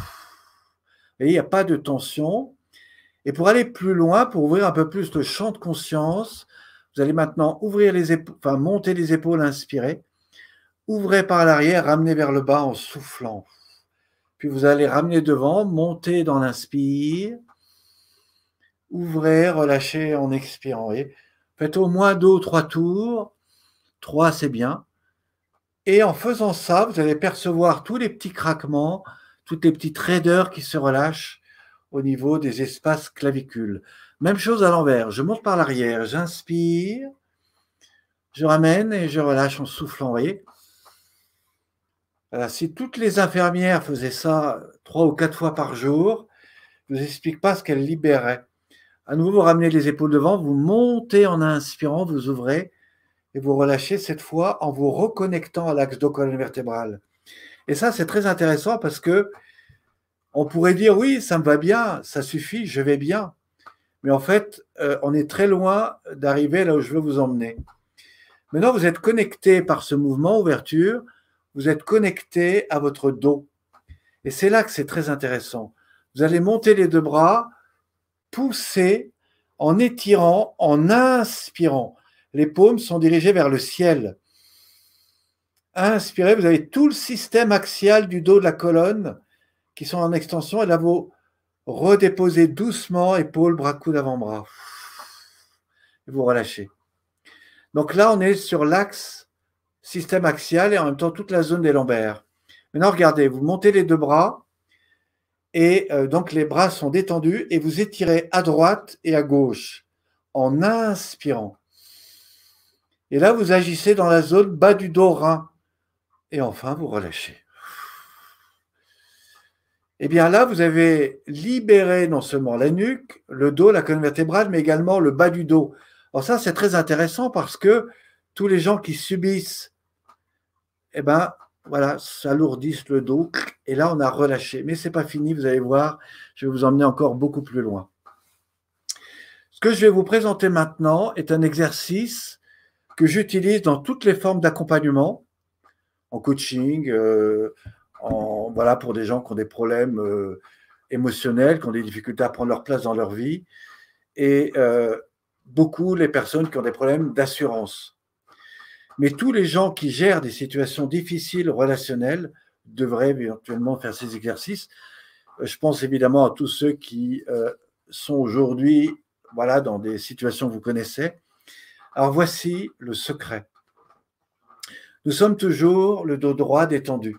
Vous voyez, il n'y a pas de tension. Et pour aller plus loin, pour ouvrir un peu plus le champ de conscience, vous allez maintenant ouvrir les épaules, enfin monter les épaules, inspirer. Ouvrez par l'arrière, ramenez vers le bas en soufflant. Puis vous allez ramener devant, monter dans l'inspire. Ouvrez, relâchez en expirant. Voyez. Faites au moins deux ou trois tours. Trois, c'est bien. Et en faisant ça, vous allez percevoir tous les petits craquements, toutes les petites raideurs qui se relâchent au niveau des espaces clavicules. Même chose à l'envers. Je monte par l'arrière, j'inspire, je ramène et je relâche en soufflant, vous voyez. Alors, si toutes les infirmières faisaient ça trois ou quatre fois par jour, je ne vous explique pas ce qu'elles libéraient. À nouveau, vous ramenez les épaules devant, vous montez en inspirant, vous ouvrez et vous relâchez cette fois en vous reconnectant à l'axe dos-colonne vertébrale. Et ça, c'est très intéressant parce que on pourrait dire oui, ça me va bien, ça suffit, je vais bien. Mais en fait, euh, on est très loin d'arriver là où je veux vous emmener. Maintenant, vous êtes connecté par ce mouvement, ouverture, vous êtes connecté à votre dos. Et c'est là que c'est très intéressant. Vous allez monter les deux bras, pousser en étirant, en inspirant. Les paumes sont dirigées vers le ciel. Inspirez, vous avez tout le système axial du dos de la colonne qui sont en extension. Et là, vous redéposez doucement, épaules, bras, coude, avant-bras. Et vous relâchez. Donc là, on est sur l'axe système axial et en même temps toute la zone des lombaires. Maintenant, regardez, vous montez les deux bras et euh, donc les bras sont détendus et vous étirez à droite et à gauche en inspirant. Et là, vous agissez dans la zone bas du dos, rein. Et enfin, vous relâchez. Et bien là, vous avez libéré non seulement la nuque, le dos, la colonne vertébrale, mais également le bas du dos. Alors ça, c'est très intéressant parce que tous les gens qui subissent, eh ben, voilà, s'alourdissent le dos. Et là, on a relâché. Mais ce n'est pas fini, vous allez voir, je vais vous emmener encore beaucoup plus loin. Ce que je vais vous présenter maintenant est un exercice que j'utilise dans toutes les formes d'accompagnement, en coaching, euh, en, voilà, pour des gens qui ont des problèmes euh, émotionnels, qui ont des difficultés à prendre leur place dans leur vie, et euh, beaucoup les personnes qui ont des problèmes d'assurance. Mais tous les gens qui gèrent des situations difficiles relationnelles devraient éventuellement faire ces exercices. Je pense évidemment à tous ceux qui euh, sont aujourd'hui voilà, dans des situations que vous connaissez. Alors voici le secret. Nous sommes toujours le dos droit détendu.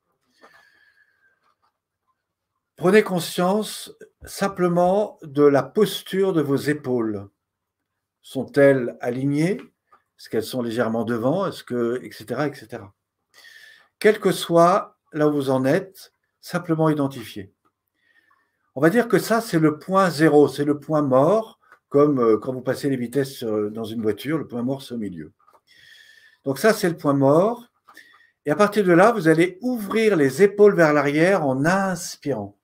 Prenez conscience simplement de la posture de vos épaules. Sont-elles alignées? Est-ce qu'elles sont légèrement devant? Est-ce que, et cetera, et cetera. Quel que soit là où vous en êtes, simplement identifiez. On va dire que ça, c'est le point zéro, c'est le point mort, comme quand vous passez les vitesses dans une voiture, le point mort, c'est au milieu. Donc ça, c'est le point mort. Et à partir de là, vous allez ouvrir les épaules vers l'arrière en inspirant.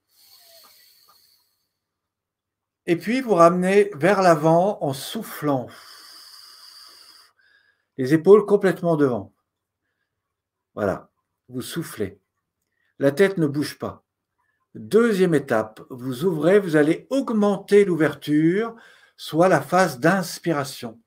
Et puis, vous ramenez vers l'avant en soufflant. Les épaules complètement devant. Voilà, vous soufflez. La tête ne bouge pas. Deuxième étape, vous ouvrez, vous allez augmenter l'ouverture, soit la phase d'inspiration.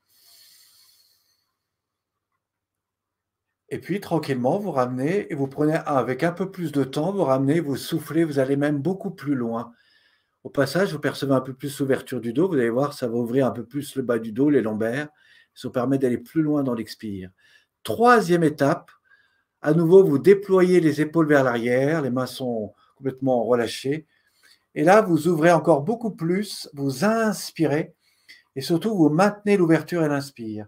Et puis, tranquillement, vous ramenez et vous prenez, avec un peu plus de temps, vous ramenez, vous soufflez, vous allez même beaucoup plus loin. Au passage, vous percevez un peu plus l'ouverture du dos. Vous allez voir, ça va ouvrir un peu plus le bas du dos, les lombaires. Ça vous permet d'aller plus loin dans l'expire. Troisième étape, à nouveau, vous déployez les épaules vers l'arrière. Les mains sont complètement relâchées. Et là, vous ouvrez encore beaucoup plus. Vous inspirez. Et surtout, vous maintenez l'ouverture et l'inspire.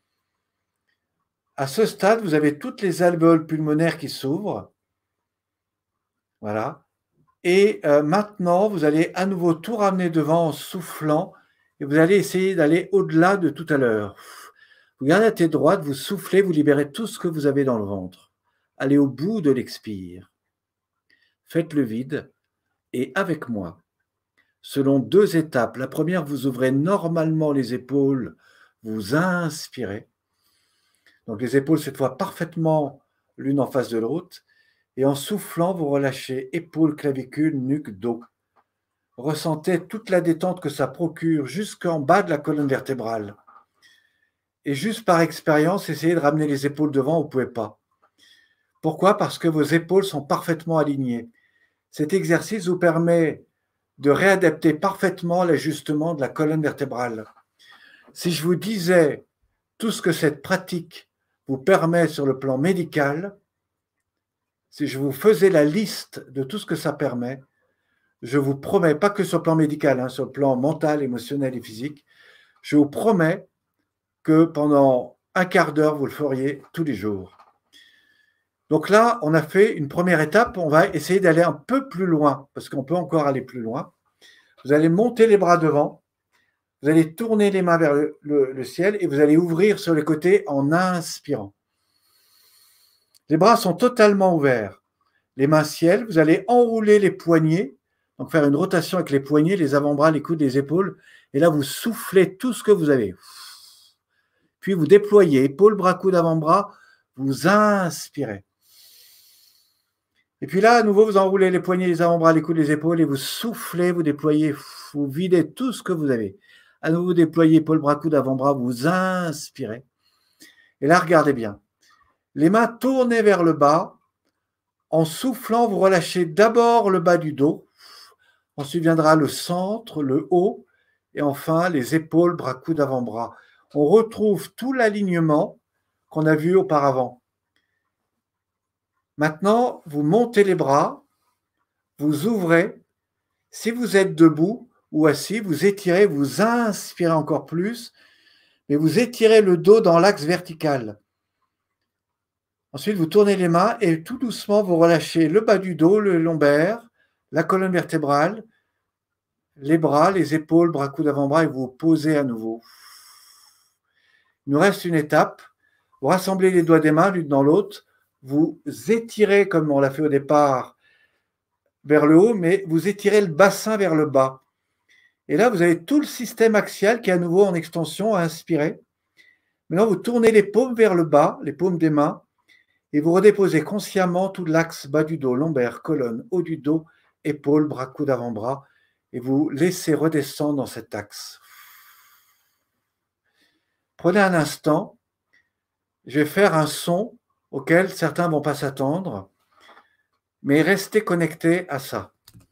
À ce stade, vous avez toutes les alvéoles pulmonaires qui s'ouvrent. Voilà. Et euh, maintenant, vous allez à nouveau tout ramener devant en soufflant. Et vous allez essayer d'aller au-delà de tout à l'heure. Vous gardez la tête droite, vous soufflez, vous libérez tout ce que vous avez dans le ventre. Allez au bout de l'expire. Faites le vide. Et avec moi, selon deux étapes. La première, vous ouvrez normalement les épaules. Vous inspirez. Donc les épaules, cette fois, parfaitement l'une en face de l'autre. Et en soufflant, vous relâchez épaules, clavicules, nuque, dos. Ressentez toute la détente que ça procure jusqu'en bas de la colonne vertébrale. Et juste par expérience, essayez de ramener les épaules devant, vous ne pouvez pas. Pourquoi? Parce que vos épaules sont parfaitement alignées. Cet exercice vous permet de réadapter parfaitement l'ajustement de la colonne vertébrale. Si je vous disais tout ce que cette pratique vous permet sur le plan médical, si je vous faisais la liste de tout ce que ça permet, je vous promets, pas que sur le plan médical, hein, sur le plan mental, émotionnel et physique, je vous promets que pendant un quart d'heure, vous le feriez tous les jours. Donc là, on a fait une première étape. On va essayer d'aller un peu plus loin, parce qu'on peut encore aller plus loin. Vous allez monter les bras devant. Vous allez tourner les mains vers le, le, le ciel et vous allez ouvrir sur les côtés en inspirant. Les bras sont totalement ouverts. Les mains ciel. Vous allez enrouler les poignets. Donc faire une rotation avec les poignets, les avant-bras, les coudes, les épaules. Et là, vous soufflez tout ce que vous avez. Puis vous déployez épaules, bras, coudes, avant-bras. Vous inspirez. Et puis là, à nouveau, vous enroulez les poignets, les avant-bras, les coudes, les épaules et vous soufflez, vous déployez, vous videz tout ce que vous avez. À nouveau, vous déployez épaules, bras, coudes, avant-bras, vous inspirez. Et là, regardez bien. Les mains tournées vers le bas. En soufflant, vous relâchez d'abord le bas du dos. Ensuite viendra le centre, le haut. Et enfin, les épaules, bras, coudes, avant-bras. On retrouve tout l'alignement qu'on a vu auparavant. Maintenant, vous montez les bras, vous ouvrez. Si vous êtes debout ou assis, vous étirez, vous inspirez encore plus, mais vous étirez le dos dans l'axe vertical. Ensuite, vous tournez les mains et tout doucement, vous relâchez le bas du dos, le lombaire, la colonne vertébrale, les bras, les épaules, bras, coudes, avant-bras et vous posez à nouveau. Il nous reste une étape. Vous rassemblez les doigts des mains l'une dans l'autre. Vous étirez, comme on l'a fait au départ, vers le haut, mais vous étirez le bassin vers le bas. Et là, vous avez tout le système axial qui est à nouveau en extension à inspirer. Maintenant, vous tournez les paumes vers le bas, les paumes des mains, et vous redéposez consciemment tout l'axe bas du dos, lombaire, colonne, haut du dos, épaules, bras, coudes, avant-bras, et vous laissez redescendre dans cet axe. Prenez un instant. Je vais faire un son auquel certains ne vont pas s'attendre, mais restez connectés à ça.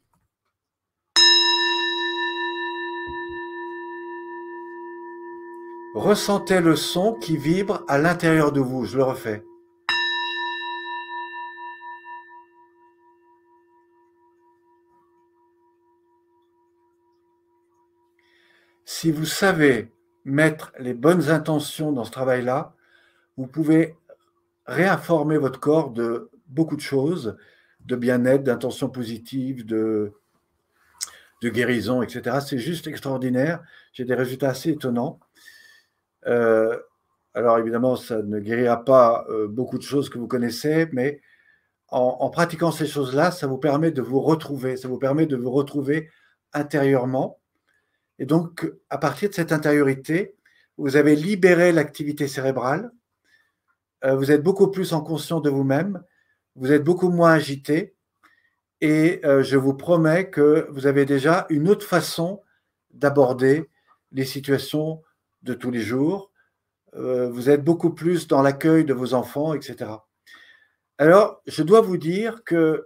Ressentez le son qui vibre à l'intérieur de vous. Je le refais. Si vous savez mettre les bonnes intentions dans ce travail-là, vous pouvez réinformer votre corps de beaucoup de choses, de bien-être, d'intentions positives, de, de guérison, et cetera. C'est juste extraordinaire. J'ai des résultats assez étonnants. Euh, alors évidemment, ça ne guérira pas euh, beaucoup de choses que vous connaissez, mais en, en pratiquant ces choses-là, ça vous permet de vous retrouver, ça vous permet de vous retrouver intérieurement. Et donc, à partir de cette intériorité, vous avez libéré l'activité cérébrale, euh, vous êtes beaucoup plus en conscience de vous-même, vous êtes beaucoup moins agité, et euh, je vous promets que vous avez déjà une autre façon d'aborder les situations de tous les jours. Euh, vous êtes beaucoup plus dans l'accueil de vos enfants, et cetera. Alors, je dois vous dire que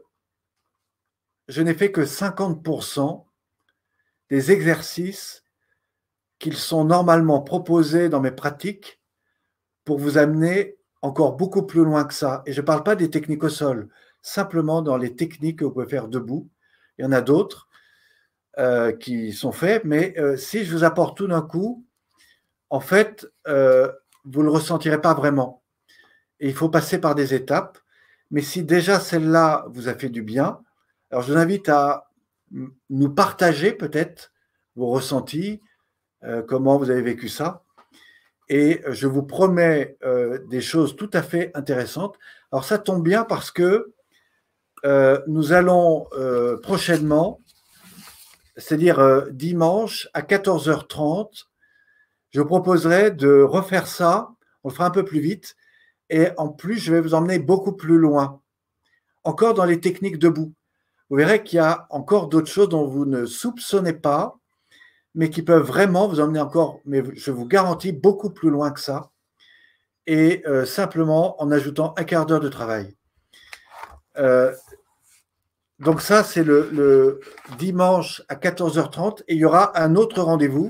je n'ai fait que cinquante pour cent des exercices qu'ils sont normalement proposés dans mes pratiques pour vous amener encore beaucoup plus loin que ça. Et je ne parle pas des techniques au sol, simplement dans les techniques que vous pouvez faire debout. Il y en a d'autres euh, qui sont faits, mais euh, si je vous apporte tout d'un coup, en fait, euh, vous ne le ressentirez pas vraiment. Et il faut passer par des étapes. Mais si déjà celle-là vous a fait du bien, alors je vous invite à nous partager peut-être vos ressentis, euh, comment vous avez vécu ça. Et je vous promets euh, des choses tout à fait intéressantes. Alors ça tombe bien parce que euh, nous allons euh, prochainement, c'est-à-dire euh, dimanche à quatorze heures trente, je vous proposerai de refaire ça, on le fera un peu plus vite, et en plus je vais vous emmener beaucoup plus loin, encore dans les techniques debout. Vous verrez qu'il y a encore d'autres choses dont vous ne soupçonnez pas, mais qui peuvent vraiment vous emmener encore, mais je vous garantis, beaucoup plus loin que ça, et euh, simplement en ajoutant un quart d'heure de travail. Euh, donc ça, c'est le, le dimanche à quatorze heures trente, et il y aura un autre rendez-vous,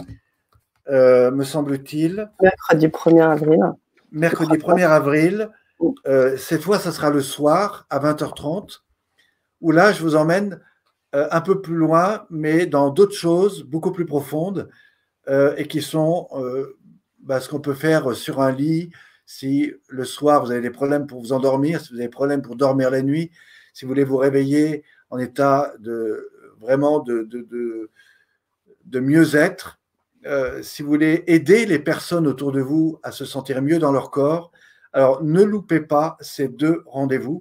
euh, me semble-t-il. Mercredi premier avril. Mercredi premier avril. Euh, cette fois, ça sera le soir à vingt heures trente, où là, je vous emmène euh, un peu plus loin, mais dans d'autres choses beaucoup plus profondes, euh, et qui sont euh, bah, ce qu'on peut faire sur un lit, Si le soir, vous avez des problèmes pour vous endormir, si vous avez des problèmes pour dormir la nuit, si vous voulez vous réveiller en état de vraiment de, de, de, de mieux-être, euh, si vous voulez aider les personnes autour de vous à se sentir mieux dans leur corps, alors ne loupez pas ces deux rendez-vous.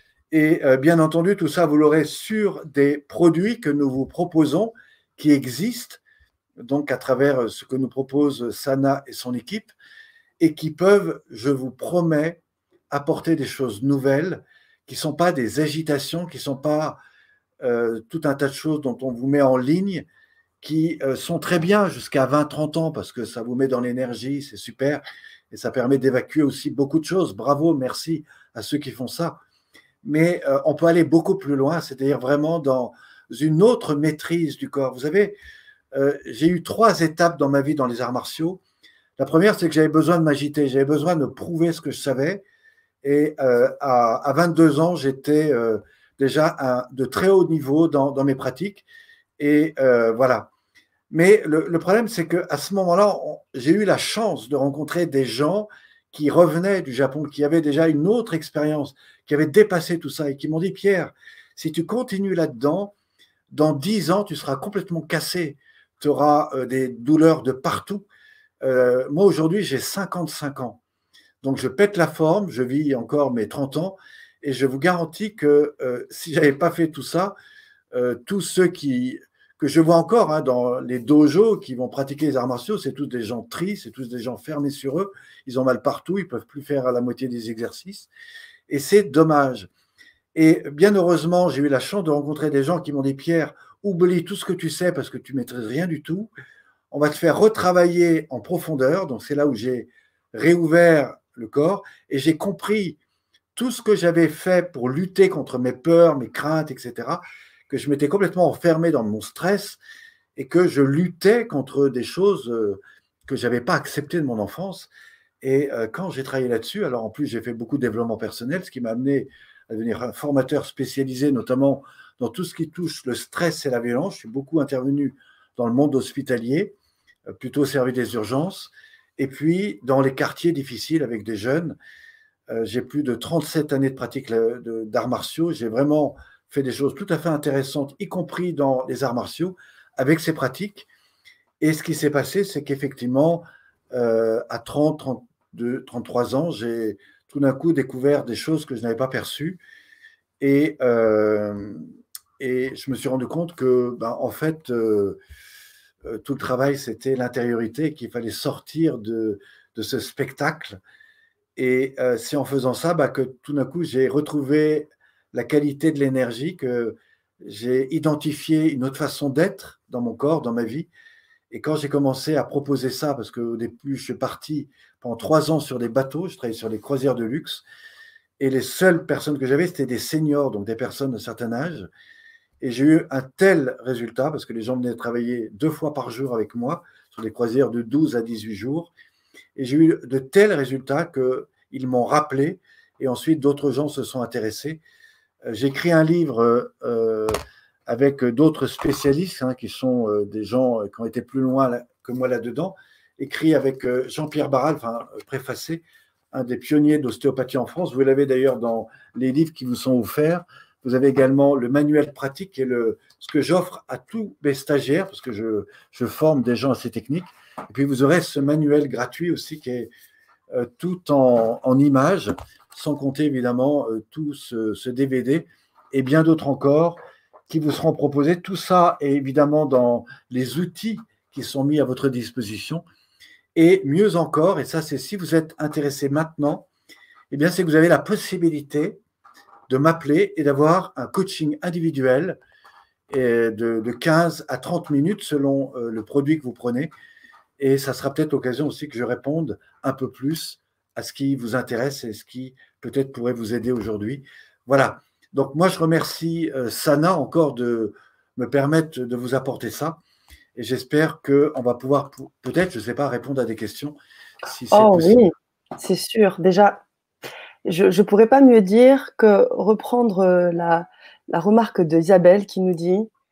Et euh, bien entendu, tout ça, vous l'aurez sur des produits que nous vous proposons, qui existent, donc à travers ce que nous propose Sana et son équipe, et qui peuvent, je vous promets, apporter des choses nouvelles, qui ne sont pas des agitations, qui ne sont pas euh, tout un tas de choses dont on vous met en ligne, qui euh, sont très bien jusqu'à vingt trente ans, parce que ça vous met dans l'énergie, c'est super, et ça permet d'évacuer aussi beaucoup de choses. Bravo, merci à ceux qui font ça. Mais euh, on peut aller beaucoup plus loin, c'est-à-dire vraiment dans une autre maîtrise du corps. Vous savez, euh, j'ai eu trois étapes dans ma vie dans les arts martiaux. La première, c'est que j'avais besoin de m'agiter, j'avais besoin de prouver ce que je savais. Et euh, à, à vingt-deux ans, j'étais euh, déjà à, de très haut niveau dans, dans mes pratiques. Et euh, voilà. Mais le, le problème, c'est qu'à ce moment-là, j'ai eu la chance de rencontrer des gens qui revenaient du Japon, qui avaient déjà une autre expérience, qui avaient dépassé tout ça et qui m'ont dit, Pierre, si tu continues là-dedans, dans dix ans, tu seras complètement cassé, tu auras euh, des douleurs de partout. Euh, moi, aujourd'hui, j'ai cinquante-cinq ans. Donc, je pète la forme, je vis encore mes trente ans, et je vous garantis que euh, si je n'avais pas fait tout ça, euh, tous ceux qui, que je vois encore hein, dans les dojos qui vont pratiquer les arts martiaux, c'est tous des gens tristes, c'est tous des gens fermés sur eux, ils ont mal partout, ils ne peuvent plus faire la moitié des exercices, et c'est dommage. Et bien heureusement, j'ai eu la chance de rencontrer des gens qui m'ont dit, Pierre, oublie tout ce que tu sais parce que tu ne maîtrises rien du tout, on va te faire retravailler en profondeur, donc c'est là où j'ai réouvert le corps, et j'ai compris tout ce que j'avais fait pour lutter contre mes peurs, mes craintes, et cetera, que je m'étais complètement enfermé dans mon stress et que je luttais contre des choses que je n'avais pas acceptées de mon enfance. Et quand j'ai travaillé là-dessus, alors en plus j'ai fait beaucoup de développement personnel, ce qui m'a amené à devenir un formateur spécialisé, notamment dans tout ce qui touche le stress et la violence. Je suis beaucoup intervenu dans le monde hospitalier, plutôt au service des urgences, et puis dans les quartiers difficiles avec des jeunes. Euh, j'ai plus de trente-sept années de pratique d'arts martiaux. J'ai vraiment fait des choses tout à fait intéressantes, y compris dans les arts martiaux, avec ces pratiques. Et ce qui s'est passé, c'est qu'effectivement, euh, à trente, trente-deux, trente-trois ans, j'ai tout d'un coup découvert des choses que je n'avais pas perçues. Et, euh, et je me suis rendu compte que, ben, en fait, euh, tout le travail, c'était l'intériorité, qu'il fallait sortir de, de ce spectacle. Et euh, c'est en faisant ça bah, que tout d'un coup, j'ai retrouvé la qualité de l'énergie, que j'ai identifié une autre façon d'être dans mon corps, dans ma vie. Et quand j'ai commencé à proposer ça, parce qu'au début, je suis parti pendant trois ans sur des bateaux, je travaillais sur les croisières de luxe, et les seules personnes que j'avais, c'était des seniors, donc des personnes d'un certain âge. Et j'ai eu un tel résultat, parce que les gens venaient travailler deux fois par jour avec moi, sur des croisières de douze à dix-huit jours. Et j'ai eu de tels résultats qu'ils m'ont rappelé, et ensuite d'autres gens se sont intéressés. J'ai écrit un livre euh, avec d'autres spécialistes, hein, qui sont euh, des gens qui ont été plus loin là, que moi là-dedans, écrit avec euh, Jean-Pierre Barral, enfin préfacé, un des pionniers d'ostéopathie en France. Vous l'avez d'ailleurs dans les livres qui vous sont offerts. Vous avez également le manuel pratique, qui est le, ce que j'offre à tous mes stagiaires, parce que je, je forme des gens à ces techniques. Et puis vous aurez ce manuel gratuit aussi, qui est euh, tout en, en images, sans compter évidemment euh, tout ce, ce D V D et bien d'autres encore qui vous seront proposés. Tout ça est évidemment dans les outils qui sont mis à votre disposition. Et mieux encore, et ça c'est si vous êtes intéressé maintenant, eh bien c'est que vous avez la possibilité de m'appeler et d'avoir un coaching individuel et de, de quinze à trente minutes selon euh, le produit que vous prenez. Et ça sera peut-être l'occasion aussi que je réponde un peu plus à ce qui vous intéresse et ce qui peut-être pourrait vous aider aujourd'hui. Voilà. Donc moi, je remercie euh, Sana encore de me permettre de vous apporter ça. Et j'espère qu'on va pouvoir, peut-être, je ne sais pas, répondre à des questions, si c'est Oh possible. oui, c'est sûr. Déjà, je ne pourrais pas mieux dire que reprendre la, la remarque d'Isabelle qui nous dit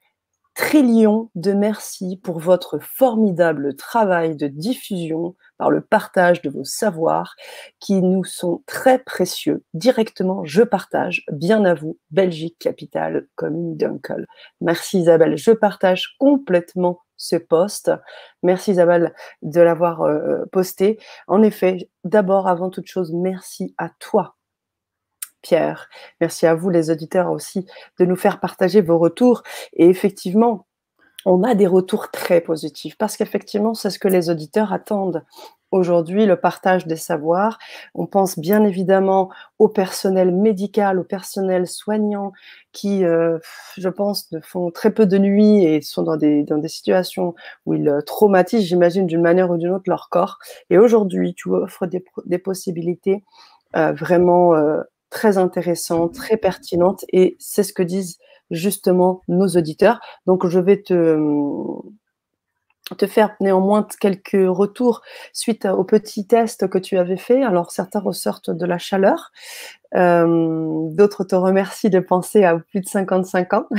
trillions de merci pour votre formidable travail de diffusion par le partage de vos savoirs qui nous sont très précieux. Directement, je partage. Bien à vous, Belgique, capitale, commune d'Uncle. Merci Isabelle. Je partage complètement ce post. Merci Isabelle de l'avoir euh, posté. En effet, d'abord, avant toute chose, merci à toi, Pierre. Merci à vous, les auditeurs aussi, de nous faire partager vos retours. Et effectivement, on a des retours très positifs parce qu'effectivement, c'est ce que les auditeurs attendent. Aujourd'hui, le partage des savoirs, on pense bien évidemment au personnel médical, au personnel soignant qui, euh, je pense, font très peu de nuit et sont dans des, dans des situations où ils traumatisent, j'imagine, d'une manière ou d'une autre leur corps. Et aujourd'hui, tu offres des, des possibilités euh, vraiment euh, très intéressantes, très pertinentes et c'est ce que disent justement nos auditeurs. Donc, je vais te, te faire néanmoins quelques retours suite au petit test que tu avais fait. Alors, certains ressortent de la chaleur, euh, d'autres te remercient de penser à plus de cinquante-cinq ans.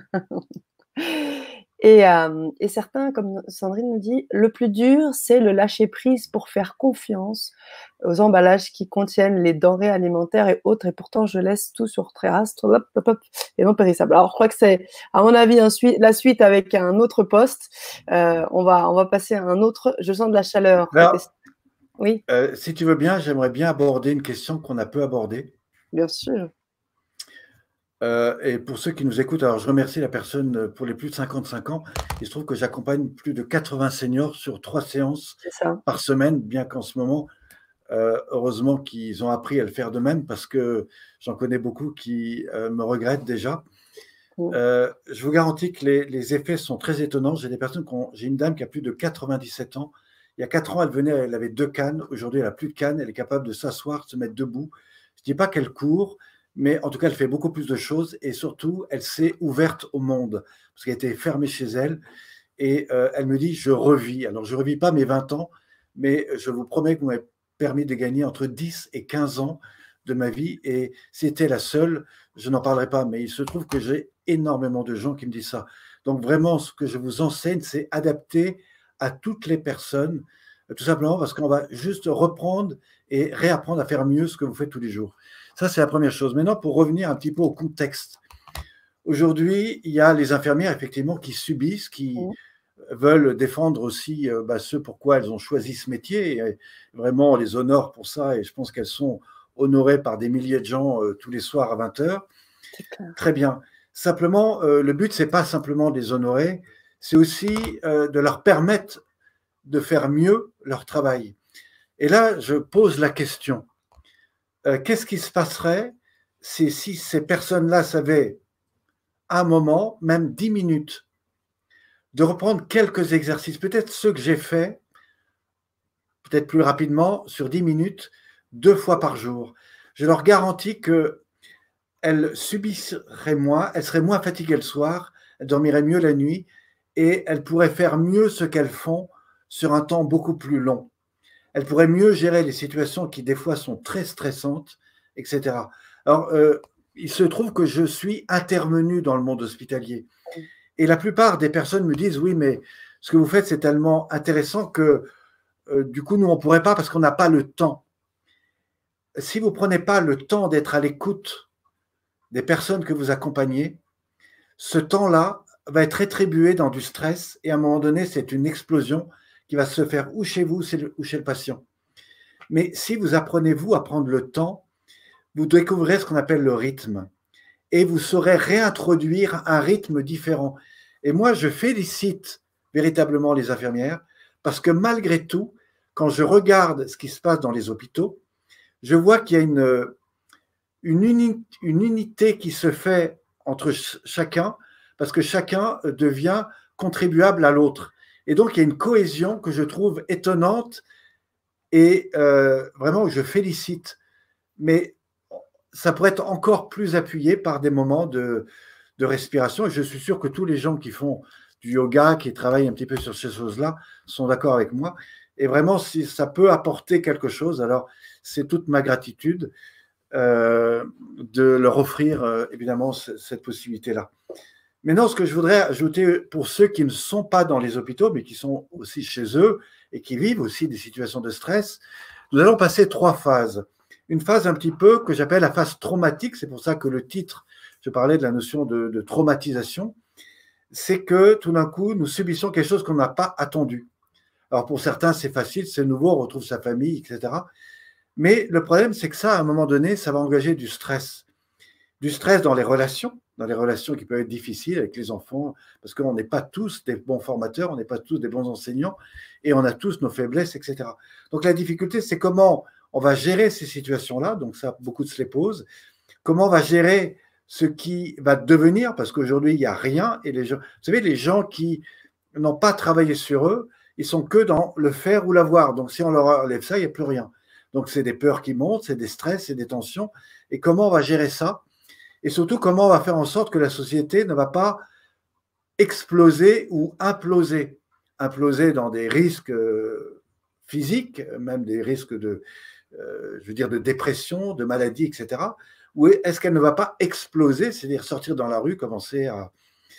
Et, euh, et certains, comme Sandrine nous dit, le plus dur, c'est le lâcher-prise pour faire confiance aux emballages qui contiennent les denrées alimentaires et autres. Et pourtant, je laisse tout sur terrasse, hop, hop, hop, et non périssable. Alors, je crois que c'est, à mon avis, ensuite, la suite avec un autre poste. Euh, on, va, on va passer à un autre. Je sens de la chaleur. Alors, oui. Euh, si tu veux bien, j'aimerais bien aborder une question qu'on a peu abordée. Bien sûr. Euh, et pour ceux qui nous écoutent, alors je remercie la personne pour les plus de cinquante-cinq ans. Il se trouve que j'accompagne plus de quatre-vingts seniors sur trois séances par semaine, bien qu'en ce moment, euh, heureusement qu'ils ont appris à le faire de même parce que j'en connais beaucoup qui euh, me regrettent déjà. Mmh. Euh, je vous garantis que les, les effets sont très étonnants. J'ai des personnes qui ont, j'ai une dame qui a plus de quatre-vingt-dix-sept ans. Il y a quatre ans, elle venait, elle avait deux cannes. Aujourd'hui, elle n'a plus de cannes. Elle est capable de s'asseoir, de se mettre debout. Je ne dis pas qu'elle court, mais en tout cas, elle fait beaucoup plus de choses et surtout, elle s'est ouverte au monde parce qu'elle était fermée chez elle. Et euh, elle me dit, je revis. Alors, je ne revis pas mes vingt ans, mais je vous promets que vous m'avez permis de gagner entre dix et quinze ans de ma vie. Et c'était la seule, je n'en parlerai pas, mais il se trouve que j'ai énormément de gens qui me disent ça. Donc, vraiment, ce que je vous enseigne, c'est adapter à toutes les personnes, tout simplement parce qu'on va juste reprendre et réapprendre à faire mieux ce que vous faites tous les jours. Ça, c'est la première chose. Maintenant, pour revenir un petit peu au contexte. Aujourd'hui, il y a les infirmières, effectivement, qui subissent, qui mmh. veulent défendre aussi euh, bah, ce pourquoi elles ont choisi ce métier. Et vraiment, on les honore pour ça. Et je pense qu'elles sont honorées par des milliers de gens euh, tous les soirs à vingt heures. Très bien. Simplement, euh, le but, ce n'est pas simplement de les honorer, c'est aussi euh, de leur permettre de faire mieux leur travail. Et là, je pose la question. Euh, qu'est-ce qui se passerait si, si ces personnes-là savaient à un moment, même dix minutes, de reprendre quelques exercices, peut-être ceux que j'ai faits, peut-être plus rapidement, sur dix minutes, deux fois par jour. Je leur garantis qu'elles subisseraient moins, elles seraient moins fatiguées le soir, elles dormiraient mieux la nuit et elles pourraient faire mieux ce qu'elles font sur un temps beaucoup plus long. Elles pourraient mieux gérer les situations qui, des fois, sont très stressantes, et cetera. Alors, euh, il se trouve que je suis intervenu dans le monde hospitalier. Et la plupart des personnes me disent, oui, mais ce que vous faites, c'est tellement intéressant que, euh, du coup, nous, on ne pourrait pas parce qu'on n'a pas le temps. Si vous ne prenez pas le temps d'être à l'écoute des personnes que vous accompagnez, ce temps-là va être rétribué dans du stress et à un moment donné, c'est une explosion qui va se faire ou chez vous ou chez le patient. Mais si vous apprenez, vous, à prendre le temps, vous découvrirez ce qu'on appelle le rythme et vous saurez réintroduire un rythme différent. Et moi, je félicite véritablement les infirmières parce que malgré tout, quand je regarde ce qui se passe dans les hôpitaux, je vois qu'il y a une, une, uni, une unité qui se fait entre ch- chacun parce que chacun devient contribuable à l'autre. Et donc, il y a une cohésion que je trouve étonnante et euh, vraiment, je félicite. Mais ça pourrait être encore plus appuyé par des moments de, de respiration. Et je suis sûr que tous les gens qui font du yoga, qui travaillent un petit peu sur ces choses-là, sont d'accord avec moi. Et vraiment, si ça peut apporter quelque chose, alors c'est toute ma gratitude euh, de leur offrir, euh, évidemment, c- cette possibilité-là. Maintenant, ce que je voudrais ajouter pour ceux qui ne sont pas dans les hôpitaux, mais qui sont aussi chez eux et qui vivent aussi des situations de stress, nous allons passer trois phases. Une phase un petit peu que j'appelle la phase traumatique, c'est pour ça que le titre, je parlais de la notion de, de traumatisation, c'est que tout d'un coup, nous subissons quelque chose qu'on n'a pas attendu. Alors pour certains, c'est facile, c'est nouveau, on retrouve sa famille, et cetera. Mais le problème, c'est que ça, à un moment donné, ça va engager du stress. Du stress dans les relations, dans les relations qui peuvent être difficiles avec les enfants, parce qu'on n'est pas tous des bons formateurs, on n'est pas tous des bons enseignants, et on a tous nos faiblesses, et cetera. Donc la difficulté, c'est comment on va gérer ces situations-là, donc ça, beaucoup de se les posent, comment on va gérer ce qui va devenir, parce qu'aujourd'hui, il n'y a rien, et les gens, vous savez, les gens qui n'ont pas travaillé sur eux, ils sont que dans le faire ou l'avoir, donc si on leur enlève ça, il n'y a plus rien. Donc c'est des peurs qui montent, c'est des stress, c'est des tensions, et comment on va gérer ça? Et surtout, comment on va faire en sorte que la société ne va pas exploser ou imploser. Imploser dans des risques physiques, même des risques de, euh, je veux dire, de dépression, de maladie, et cetera. Ou est-ce qu'elle ne va pas exploser, c'est-à-dire sortir dans la rue, commencer à,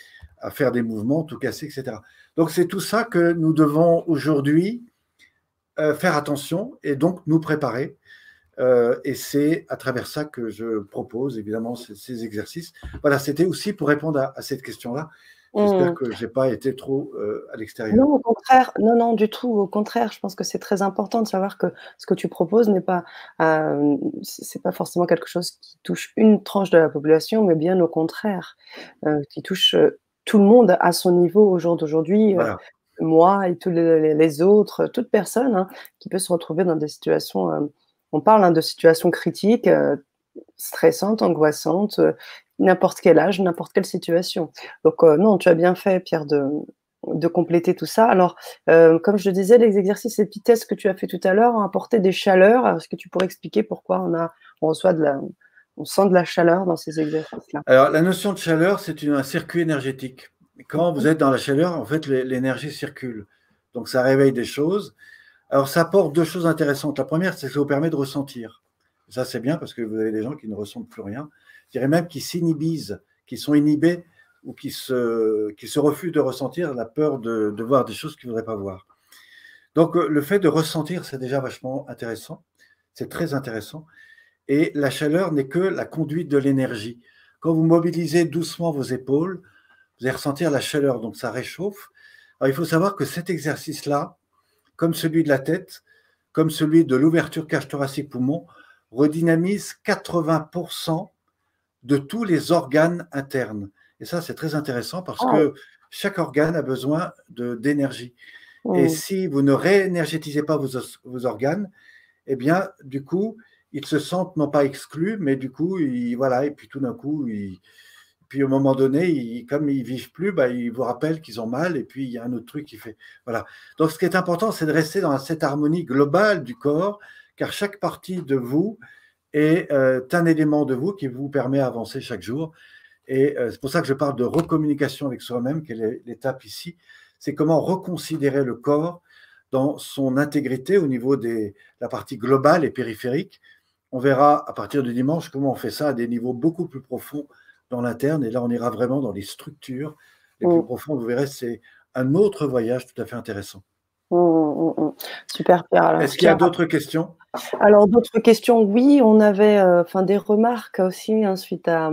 à faire des mouvements, tout casser, et cetera. Donc c'est tout ça que nous devons aujourd'hui euh, faire attention et donc nous préparer. Euh, et c'est à travers ça que je propose évidemment ces, ces exercices. Voilà, c'était aussi pour répondre à, à cette question-là. J'espère Mmh. que je n'ai pas été trop euh, à l'extérieur. Non, au contraire, non, non, du tout. Au contraire, je pense que c'est très important de savoir que ce que tu proposes n'est pas, euh, c'est pas forcément quelque chose qui touche une tranche de la population, mais bien au contraire, euh, qui touche euh, tout le monde à son niveau au jour d'aujourd'hui. Euh, Voilà. moi et tous les, les autres, toute personne hein, qui peut se retrouver dans des situations. Euh, on parle hein, de situations critiques, euh, stressantes, angoissantes, euh, n'importe quel âge, n'importe quelle situation. Donc euh, non, tu as bien fait, Pierre, de de compléter tout ça. Alors, euh, comme je le disais, les exercices et petits tests que tu as fait tout à l'heure ont apporté des chaleurs. Est-ce que tu pourrais expliquer pourquoi on a, on reçoit de la, on sent de la chaleur dans ces exercices-là? Alors, la notion de chaleur, c'est une- un circuit énergétique. Quand vous êtes dans la chaleur, en fait, l'énergie circule. Donc, ça réveille des choses. Alors, ça apporte deux choses intéressantes. La première, c'est que ça vous permet de ressentir. Ça, c'est bien parce que vous avez des gens qui ne ressentent plus rien. Je dirais même qui s'inhibisent, qui sont inhibés ou qui se, qui se refusent de ressentir la peur de, de voir des choses qu'ils ne voudraient pas voir. Donc, le fait de ressentir, c'est déjà vachement intéressant. C'est très intéressant. Et la chaleur n'est que la conduite de l'énergie. Quand vous mobilisez doucement vos épaules, vous allez ressentir la chaleur, donc ça réchauffe. Alors, il faut savoir que cet exercice-là, comme celui de la tête, comme celui de l'ouverture cage thoracique poumon, redynamise quatre-vingts pour cent de tous les organes internes. Et ça, c'est très intéressant parce Oh. que chaque organe a besoin d'énergie. Et Mmh. si vous ne réénergétisez pas vos, vos organes, eh bien, du coup, ils se sentent non pas exclus, mais du coup, ils, voilà, et puis tout d'un coup, ils, puis au moment donné, ils, comme ils vivent plus, bah, ils vous rappellent qu'ils ont mal, et puis il y a un autre truc qui fait. Voilà. Donc, ce qui est important, c'est de rester dans cette harmonie globale du corps, car chaque partie de vous est euh, un élément de vous qui vous permet d'avancer chaque jour. Et euh, c'est pour ça que je parle de recommunication avec soi-même, qui est l'étape ici. C'est comment reconsidérer le corps dans son intégrité au niveau de la partie globale et périphérique. On verra à partir du dimanche comment on fait ça à des niveaux beaucoup plus profonds dans l'interne. Et là, on ira vraiment dans les structures les plus Mmh. profondes. Vous verrez, c'est un autre voyage tout à fait intéressant. Mmh, mmh, mmh. Super, Pierre. Alors, Est-ce qu'il y a Pierre, d'autres questions? alors d'autres questions? Oui, on avait euh, enfin, des remarques aussi hein, suite à,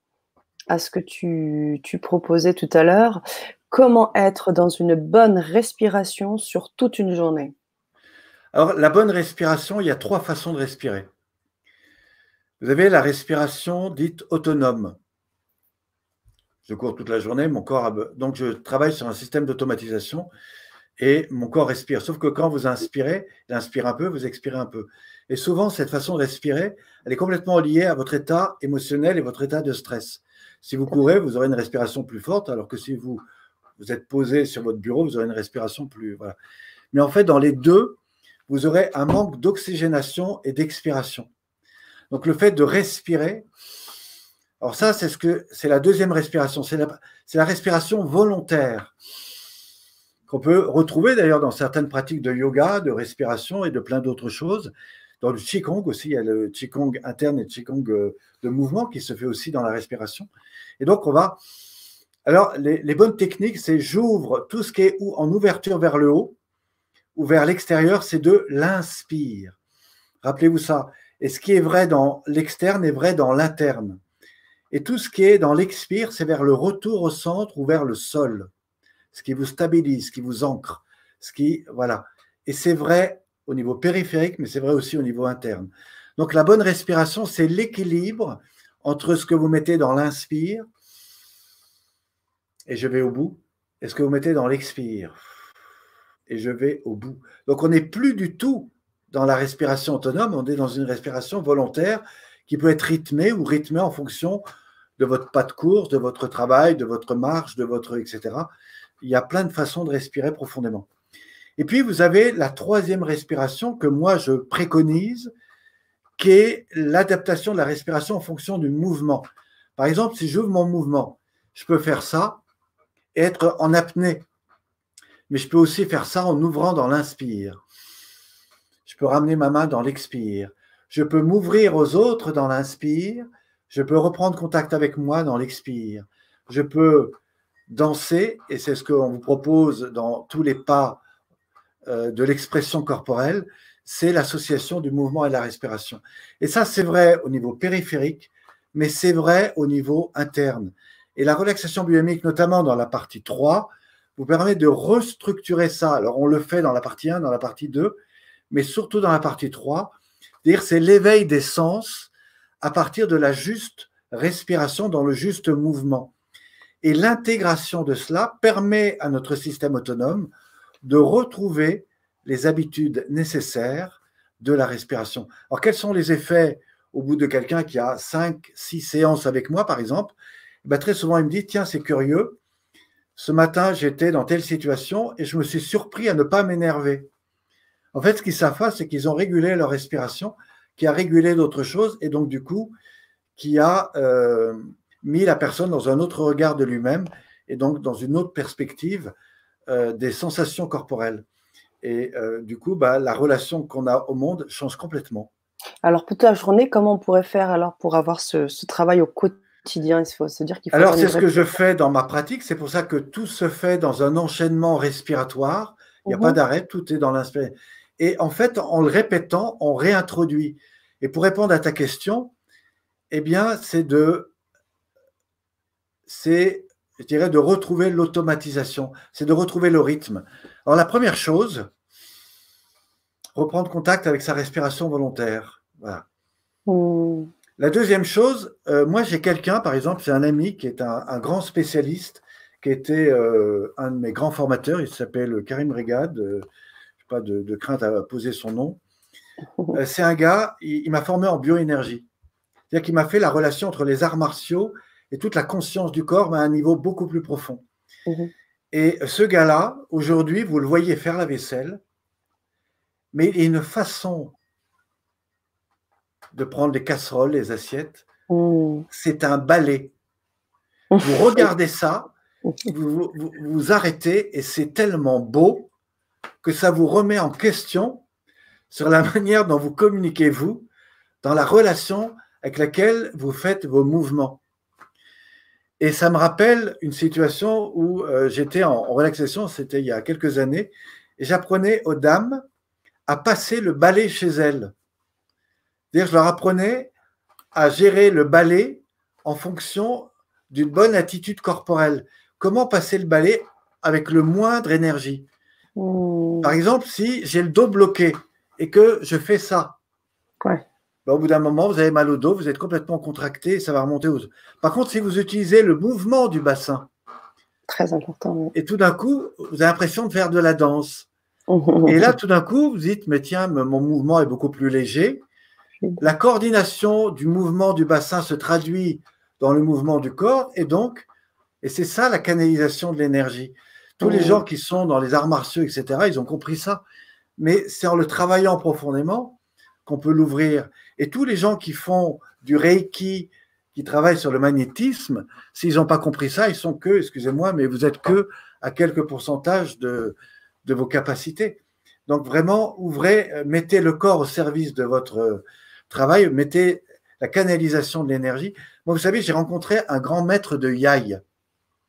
à ce que tu, tu proposais tout à l'heure. Comment être dans une bonne respiration sur toute une journée? Alors, la bonne respiration, il y a trois façons de respirer. Vous avez la respiration dite autonome. Je cours toute la journée, mon corps a... Donc, je travaille sur un système d'automatisation et mon corps respire. Sauf que quand vous inspirez, il inspire un peu, vous expirez un peu. Et souvent, cette façon de respirer, elle est complètement liée à votre état émotionnel et votre état de stress. Si vous courez, vous aurez une respiration plus forte, alors que si vous, vous êtes posé sur votre bureau, vous aurez une respiration plus... Voilà. Mais en fait, dans les deux, vous aurez un manque d'oxygénation et d'expiration. Donc, le fait de respirer, alors ça, c'est ce que c'est la deuxième respiration, c'est la, c'est la respiration volontaire qu'on peut retrouver d'ailleurs dans certaines pratiques de yoga, de respiration et de plein d'autres choses. Dans le Qigong aussi, il y a le Qigong interne et le Qigong de mouvement qui se fait aussi dans la respiration. Et donc, on va Alors, les, les bonnes techniques, c'est j'ouvre tout ce qui est en ouverture vers le haut ou vers l'extérieur, c'est de l'inspire. Rappelez-vous ça. Et ce qui est vrai dans l'externe est vrai dans l'interne. Et tout ce qui est dans l'expire, c'est vers le retour au centre ou vers le sol. Ce qui vous stabilise, ce qui vous ancre. Ce qui, voilà. Et c'est vrai au niveau périphérique, mais c'est vrai aussi au niveau interne. Donc la bonne respiration, c'est l'équilibre entre ce que vous mettez dans l'inspire, et je vais au bout, et ce que vous mettez dans l'expire, et je vais au bout. Donc on n'est plus du tout dans la respiration autonome, on est dans une respiration volontaire qui peut être rythmée ou rythmée en fonction de votre pas de course, de votre travail, de votre marche, de votre et cetera. Il y a plein de façons de respirer profondément. Et puis, vous avez la troisième respiration que moi, je préconise, qui est l'adaptation de la respiration en fonction du mouvement. Par exemple, si j'ouvre mon mouvement, je peux faire ça et être en apnée. Mais je peux aussi faire ça en ouvrant dans l'inspire. Je peux ramener ma main dans l'expire. Je peux m'ouvrir aux autres dans l'inspire. Je peux reprendre contact avec moi dans l'expire. Je peux danser, et c'est ce qu'on vous propose dans tous les pas euh, de l'expression corporelle, c'est l'association du mouvement et de la respiration. Et ça, c'est vrai au niveau périphérique, mais c'est vrai au niveau interne. Et la relaxation biomique, notamment dans la partie trois, vous permet de restructurer ça. Alors, on le fait dans la partie un, dans la partie deux, mais surtout dans la partie trois. C'est-à-dire, c'est l'éveil des sens à partir de la juste respiration dans le juste mouvement. Et l'intégration de cela permet à notre système autonome de retrouver les habitudes nécessaires de la respiration. Alors, quels sont les effets au bout de quelqu'un qui a cinq, six séances avec moi, par exemple? Ben, très souvent, il me dit, tiens, c'est curieux, ce matin, j'étais dans telle situation et je me suis surpris à ne pas m'énerver. En fait, ce qu'ils savent pas, c'est qu'ils ont régulé leur respiration, qui a régulé d'autres choses, et donc, du coup, qui a euh, mis la personne dans un autre regard de lui-même, et donc dans une autre perspective euh, des sensations corporelles. Et euh, du coup, bah, la relation qu'on a au monde change complètement. Alors, pour ta journée, comment on pourrait faire alors pour avoir ce, ce travail au quotidien? Il faut se dire qu'il faut Alors, avoir c'est une ce que je fais dans ma pratique. C'est pour ça que tout se fait dans un enchaînement respiratoire. Il n'y a Mmh pas mh. d'arrêt, tout est dans l'inspiration. Et en fait, en le répétant, on réintroduit. Et pour répondre à ta question, eh bien, c'est de, c'est, je dirais, de retrouver l'automatisation. C'est de retrouver le rythme. Alors, la première chose, reprendre contact avec sa respiration volontaire. Voilà. Mmh. La deuxième chose, euh, moi j'ai quelqu'un, par exemple, c'est un ami qui est un, un grand spécialiste, qui était euh, un de mes grands formateurs, il s'appelle Karim Regad, euh, je n'ai pas de, de crainte à poser son nom. Euh, c'est un gars, il, il m'a formé en bioénergie. C'est-à-dire qu'il m'a fait la relation entre les arts martiaux et toute la conscience du corps, mais à un niveau beaucoup plus profond. Mmh. Et ce gars-là, aujourd'hui, vous le voyez faire la vaisselle, mais il a une façon de prendre les casseroles, les assiettes, Mmh. c'est un balai. Vous regardez ça, vous, vous vous arrêtez et c'est tellement beau que ça vous remet en question sur la manière dont vous communiquez, vous, dans la relation avec laquelle vous faites vos mouvements. Et ça me rappelle une situation où euh, j'étais en, en relaxation, c'était il y a quelques années, et j'apprenais aux dames à passer le balai chez elles. C'est-à-dire, je leur apprenais à gérer le balai en fonction d'une bonne attitude corporelle. Comment passer le balai avec le moindre énergie? Mmh. Par exemple, si j'ai le dos bloqué et que je fais ça, Ouais. ben, au bout d'un moment, vous avez mal au dos, vous êtes complètement contracté et ça va remonter aux os. Par contre, si vous utilisez le mouvement du bassin, Très important, oui. et tout d'un coup, vous avez l'impression de faire de la danse. Et là, tout d'un coup, vous dites, mais tiens, mon mouvement est beaucoup plus léger. La coordination du mouvement du bassin se traduit dans le mouvement du corps et donc, et c'est ça la canalisation de l'énergie. Tous les gens qui sont dans les arts martiaux, et cetera, ils ont compris ça. Mais c'est en le travaillant profondément qu'on peut l'ouvrir. Et tous les gens qui font du Reiki, qui travaillent sur le magnétisme, s'ils n'ont pas compris ça, ils sont que, excusez-moi, mais vous êtes que à quelques pourcentages de, de vos capacités. Donc vraiment, ouvrez, mettez le corps au service de votre travail, mettez la canalisation de l'énergie. Moi, vous savez, j'ai rencontré un grand maître de Yai.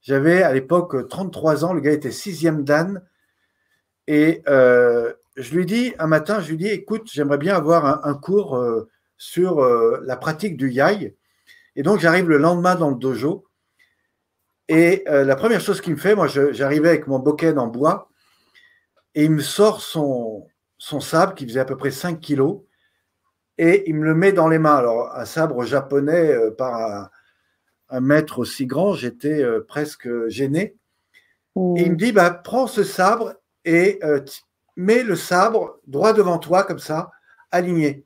J'avais à l'époque trente-trois ans, le gars était sixième dan. Et euh, je lui dis, un matin, je lui dis, écoute, j'aimerais bien avoir un, un cours euh, sur euh, la pratique du yai. Et donc, j'arrive le lendemain dans le dojo. Et euh, la première chose qu'il me fait, moi, j'arrivais avec mon bokken en bois, et il me sort son, son sabre qui faisait à peu près cinq kilos, et il me le met dans les mains. Alors, un sabre japonais euh, par un, un maître aussi grand, j'étais euh, presque gêné. Mmh. Et il me dit, bah, prends ce sabre et euh, mets le sabre droit devant toi, comme ça, aligné.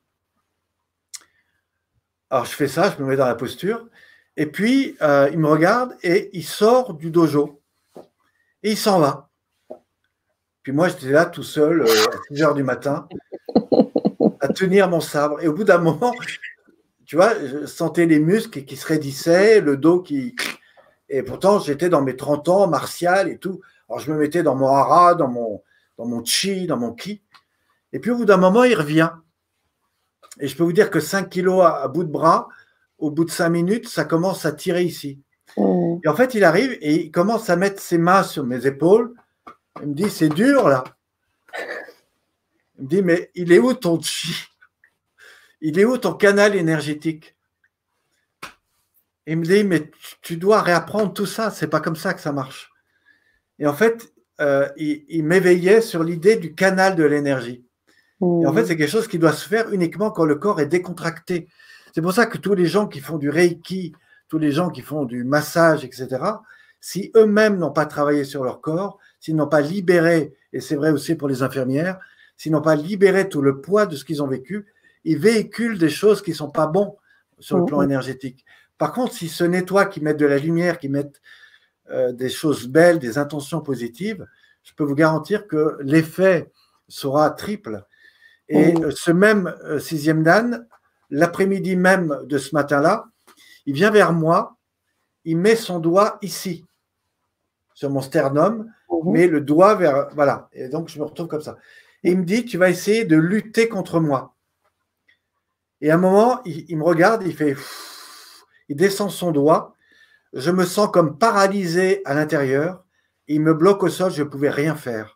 Alors, je fais ça, je me mets dans la posture. Et puis, euh, il me regarde et il sort du dojo. Et il s'en va. Puis moi, j'étais là tout seul, euh, à six heures du matin, à tenir mon sabre. Et au bout d'un moment, tu vois, je sentais les muscles qui se raidissaient, le dos qui… Et pourtant, j'étais dans mes trente ans, martial et tout. Alors, je me mettais dans mon hara, dans mon, dans mon chi, dans mon ki. Et puis, au bout d'un moment, il revient. Et je peux vous dire que cinq kilos à, à bout de bras, au bout de cinq minutes, ça commence à tirer ici. Mmh. Et en fait, il arrive et il commence à mettre ses mains sur mes épaules. Il me dit, c'est dur, là. Il me dit, mais il est où ton chi? Il est où ton canal énergétique? Il me dit, mais tu dois réapprendre tout ça. C'est pas comme ça que ça marche. Et en fait, euh, il, il m'éveillait sur l'idée du canal de l'énergie. Mmh. Et en fait, c'est quelque chose qui doit se faire uniquement quand le corps est décontracté. C'est pour ça que tous les gens qui font du reiki, tous les gens qui font du massage, et cetera, si eux-mêmes n'ont pas travaillé sur leur corps, s'ils n'ont pas libéré, et c'est vrai aussi pour les infirmières, s'ils n'ont pas libéré tout le poids de ce qu'ils ont vécu, ils véhiculent des choses qui ne sont pas bonnes sur le plan énergétique. Par contre, si ce n'est toi qui mettent de la lumière, qui mettent euh, des choses belles, des intentions positives, je peux vous garantir que l'effet sera triple. Et mmh. ce même euh, sixième dan, l'après-midi même de ce matin-là, il vient vers moi, il met son doigt ici, sur mon sternum, mmh. met le doigt vers… Voilà, et donc je me retrouve comme ça. Et il me dit, tu vas essayer de lutter contre moi. Et à un moment, il, il me regarde, il fait… Il descend son doigt, je me sens comme paralysé à l'intérieur, il me bloque au sol, je ne pouvais rien faire.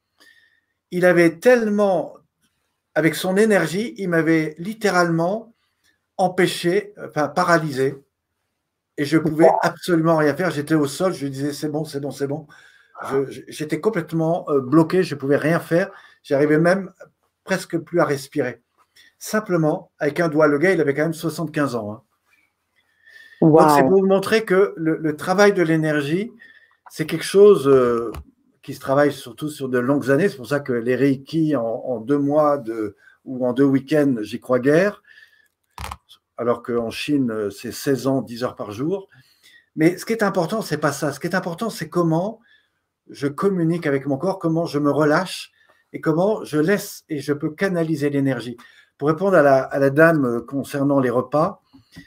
Il avait tellement… Avec son énergie, il m'avait littéralement empêché, enfin paralysé, et je ne pouvais absolument rien faire. J'étais au sol, je disais c'est bon, c'est bon, c'est bon. J'étais complètement bloqué, je ne pouvais rien faire. J'arrivais même presque plus à respirer. Simplement, avec un doigt, le gars, il avait quand même soixante-quinze ans. Hein. Wow. Donc, c'est pour vous montrer que le, le travail de l'énergie, c'est quelque chose euh, qui se travaille surtout sur de longues années. C'est pour ça que les Reiki, en, en deux mois de, ou en deux week-ends, j'y crois guère. Alors qu'en Chine, c'est seize ans, dix heures par jour. Mais ce qui est important, ce n'est pas ça. Ce qui est important, c'est comment je communique avec mon corps, comment je me relâche et comment je laisse et je peux canaliser l'énergie. Pour répondre à la, à la dame concernant les repas,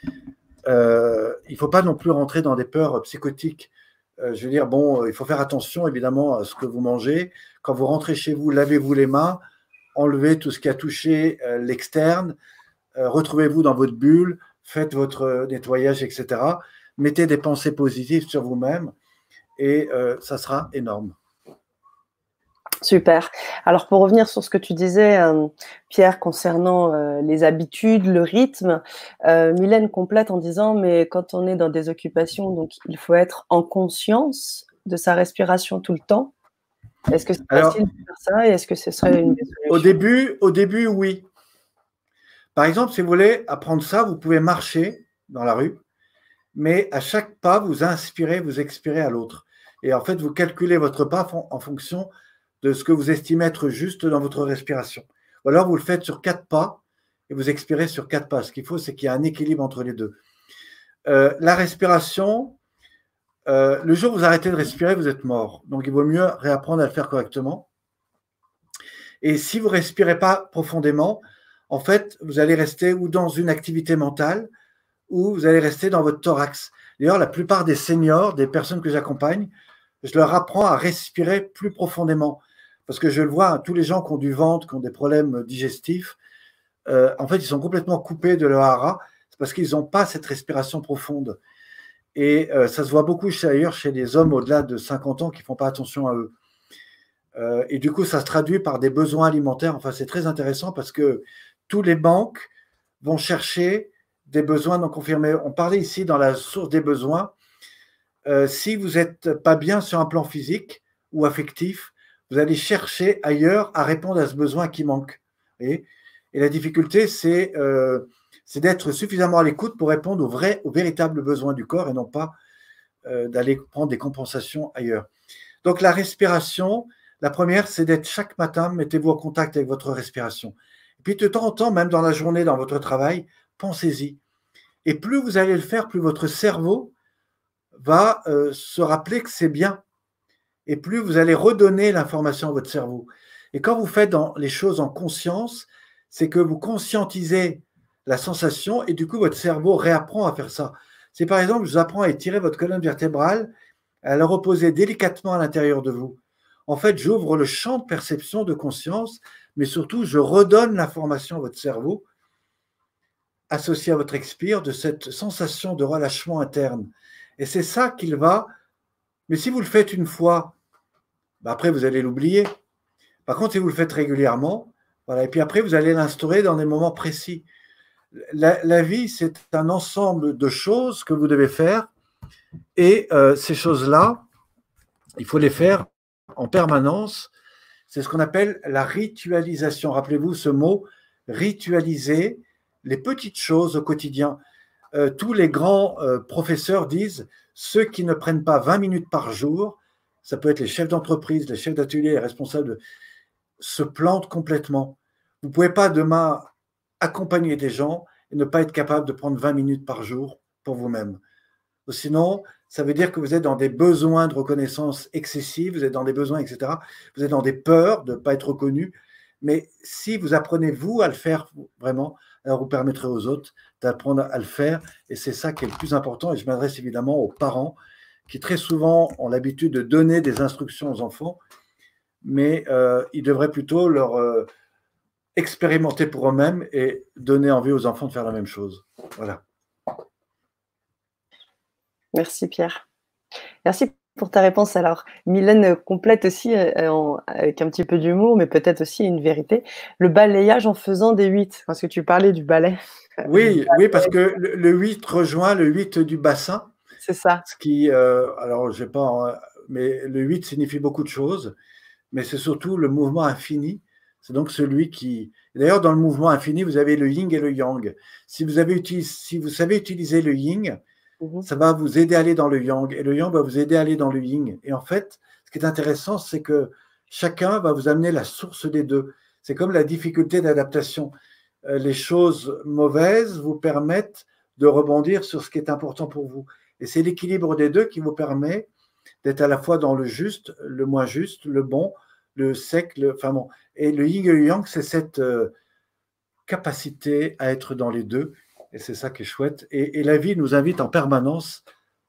euh, il ne faut pas non plus rentrer dans des peurs psychotiques. Euh, je veux dire, bon, il faut faire attention évidemment à ce que vous mangez. Quand vous rentrez chez vous, lavez-vous les mains, enlevez tout ce qui a touché euh, l'externe, euh, retrouvez-vous dans votre bulle, faites votre nettoyage, et cetera. Mettez des pensées positives sur vous-même et euh, ça sera énorme. Super. Alors, pour revenir sur ce que tu disais, euh, Pierre, concernant euh, les habitudes, le rythme, euh, Mylène complète en disant, mais quand on est dans des occupations, donc il faut être en conscience de sa respiration tout le temps. Est-ce que c'est Alors, facile de faire ça et est-ce que ce serait une des solutions? Au début, au début, oui. Par exemple, si vous voulez apprendre ça, vous pouvez marcher dans la rue, mais à chaque pas, vous inspirez, vous expirez à l'autre. Et en fait, vous calculez votre pas en fonction de ce que vous estimez être juste dans votre respiration. Ou alors, vous le faites sur quatre pas et vous expirez sur quatre pas. Ce qu'il faut, c'est qu'il y ait un équilibre entre les deux. Euh, la respiration, euh, le jour où vous arrêtez de respirer, vous êtes mort. Donc, il vaut mieux réapprendre à le faire correctement. Et si vous ne respirez pas profondément, en fait, vous allez rester ou dans une activité mentale ou vous allez rester dans votre thorax. D'ailleurs, la plupart des seniors, des personnes que j'accompagne, je leur apprends à respirer plus profondément. Parce que je le vois, tous les gens qui ont du ventre, qui ont des problèmes digestifs, euh, en fait, ils sont complètement coupés de leur hara, c'est parce qu'ils n'ont pas cette respiration profonde. Et euh, ça se voit beaucoup d'ailleurs chez les hommes au-delà de cinquante ans qui ne font pas attention à eux. Euh, et du coup, ça se traduit par des besoins alimentaires. Enfin, c'est très intéressant parce que tous les banques vont chercher des besoins non confirmés. On parlait ici dans la source des besoins. Euh, si vous n'êtes pas bien sur un plan physique ou affectif, vous allez chercher ailleurs à répondre à ce besoin qui manque. Et, et la difficulté, c'est euh, d'être suffisamment à l'écoute pour répondre aux vrais, aux véritables besoins du corps et non pas euh, d'aller prendre des compensations ailleurs. Donc la respiration, la première, c'est d'être chaque matin, mettez-vous en contact avec votre respiration. Et puis de temps en temps, même dans la journée, dans votre travail, pensez-y. Et plus vous allez le faire, plus votre cerveau va euh, se rappeler que c'est bien. Et plus vous allez redonner l'information à votre cerveau. Et quand vous faites dans les choses en conscience, c'est que vous conscientisez la sensation et du coup, votre cerveau réapprend à faire ça. C'est par exemple, je vous apprends à étirer votre colonne vertébrale, à la reposer délicatement à l'intérieur de vous. En fait, j'ouvre le champ de perception de conscience, mais surtout, je redonne l'information à votre cerveau associée à votre expire de cette sensation de relâchement interne. Et c'est ça qu'il va. Mais si vous le faites une fois, ben après, vous allez l'oublier. Par contre, si vous le faites régulièrement, voilà, et puis après, vous allez l'instaurer dans des moments précis. La, la vie, c'est un ensemble de choses que vous devez faire. Et euh, ces choses-là, il faut les faire en permanence. C'est ce qu'on appelle la ritualisation. Rappelez-vous ce mot, ritualiser les petites choses au quotidien. Euh, tous les grands euh, professeurs disent, ceux qui ne prennent pas vingt minutes par jour, ça peut être les chefs d'entreprise, les chefs d'atelier, les responsables, se plantent complètement. Vous ne pouvez pas demain accompagner des gens et ne pas être capable de prendre vingt minutes par jour pour vous-même. Sinon, ça veut dire que vous êtes dans des besoins de reconnaissance excessifs, vous êtes dans des besoins, et cetera. Vous êtes dans des peurs de ne pas être reconnu. Mais si vous apprenez, vous, à le faire vraiment, alors vous permettrez aux autres d'apprendre à le faire. Et c'est ça qui est le plus important. Et je m'adresse évidemment aux parents qui très souvent ont l'habitude de donner des instructions aux enfants, mais euh, ils devraient plutôt leur euh, expérimenter pour eux-mêmes et donner envie aux enfants de faire la même chose. Voilà. Merci Pierre. Merci pour ta réponse. Alors, Mylène complète aussi euh, en, avec un petit peu d'humour, mais peut-être aussi une vérité. Le balayage en faisant des huit, parce que tu parlais du balai. Oui, oui, parce que le, le huit rejoint le huit du bassin. C'est ça. Ce qui, euh, alors, je sais pas, hein, mais le huit signifie beaucoup de choses, mais c'est surtout le mouvement infini. C'est donc celui qui. D'ailleurs, dans le mouvement infini, vous avez le yin et le yang. Si vous, avez utilisé, si vous savez utiliser le yin, mmh. ça va vous aider à aller dans le yang, et le yang va vous aider à aller dans le yin. Et en fait, ce qui est intéressant, c'est que chacun va vous amener la source des deux. C'est comme la difficulté d'adaptation. Les choses mauvaises vous permettent de rebondir sur ce qui est important pour vous. Et c'est l'équilibre des deux qui vous permet d'être à la fois dans le juste, le moins juste, le bon, le sec, le, enfin bon. Et le yin et le yang, c'est cette euh, capacité à être dans les deux. Et c'est ça qui est chouette. Et, et la vie nous invite en permanence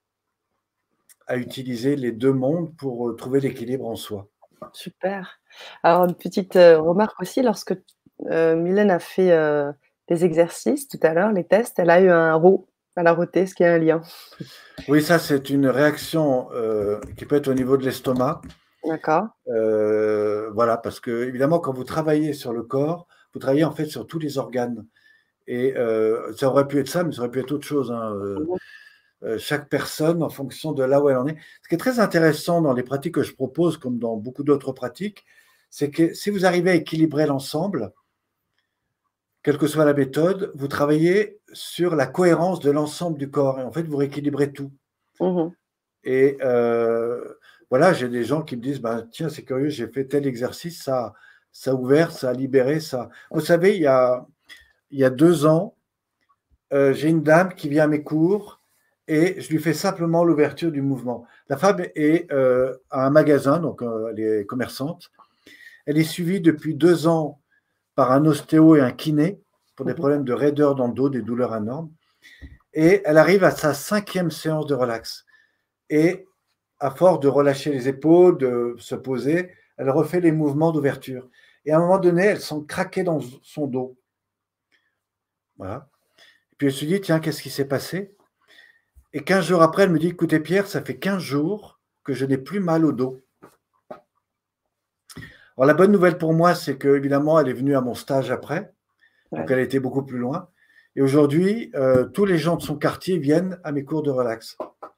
à utiliser les deux mondes pour euh, trouver l'équilibre en soi. Super. Alors, une petite euh, remarque aussi, lorsque euh, Mylène a fait euh, des exercices tout à l'heure, les tests, elle a eu un roux. Elle a roté, ce qui a un lien. Oui, ça, c'est une réaction euh, qui peut être au niveau de l'estomac. D'accord. Euh, voilà, parce que, évidemment, quand vous travaillez sur le corps, vous travaillez en fait sur tous les organes. Et euh, ça aurait pu être ça, mais ça aurait pu être autre chose. Hein. Euh, mmh. euh, chaque personne, en fonction de là où elle en est. Ce qui est très intéressant dans les pratiques que je propose, comme dans beaucoup d'autres pratiques, c'est que si vous arrivez à équilibrer l'ensemble, quelle que soit la méthode, vous travaillez sur la cohérence de l'ensemble du corps. Et en fait, vous rééquilibrez tout. Mmh. Et euh, voilà, j'ai des gens qui me disent, bah, tiens, c'est curieux, j'ai fait tel exercice, ça, ça a ouvert, ça a libéré, ça. Vous savez, il y a, il y a deux ans, euh, j'ai une dame qui vient à mes cours et je lui fais simplement l'ouverture du mouvement. La femme est euh, à un magasin, donc euh, elle est commerçante. Elle est suivie depuis deux ans par un ostéo et un kiné pour des problèmes de raideur dans le dos, des douleurs énormes. Et elle arrive à sa cinquième séance de relax. Et à force de relâcher les épaules, de se poser, elle refait les mouvements d'ouverture. Et à un moment donné, elle sent craquer dans son dos. Voilà. Et puis elle se dit, tiens, qu'est-ce qui s'est passé? Et quinze jours après, elle me dit, écoutez Pierre, ça fait quinze jours que je n'ai plus mal au dos. Alors la bonne nouvelle pour moi, c'est que évidemment, elle est venue à mon stage après, donc Ouais. elle était beaucoup plus loin. Et aujourd'hui, euh, tous les gens de son quartier viennent à mes cours de relax.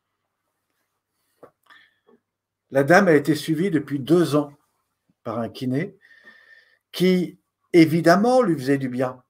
La dame a été suivie depuis deux ans par un kiné qui, évidemment, lui faisait du bien.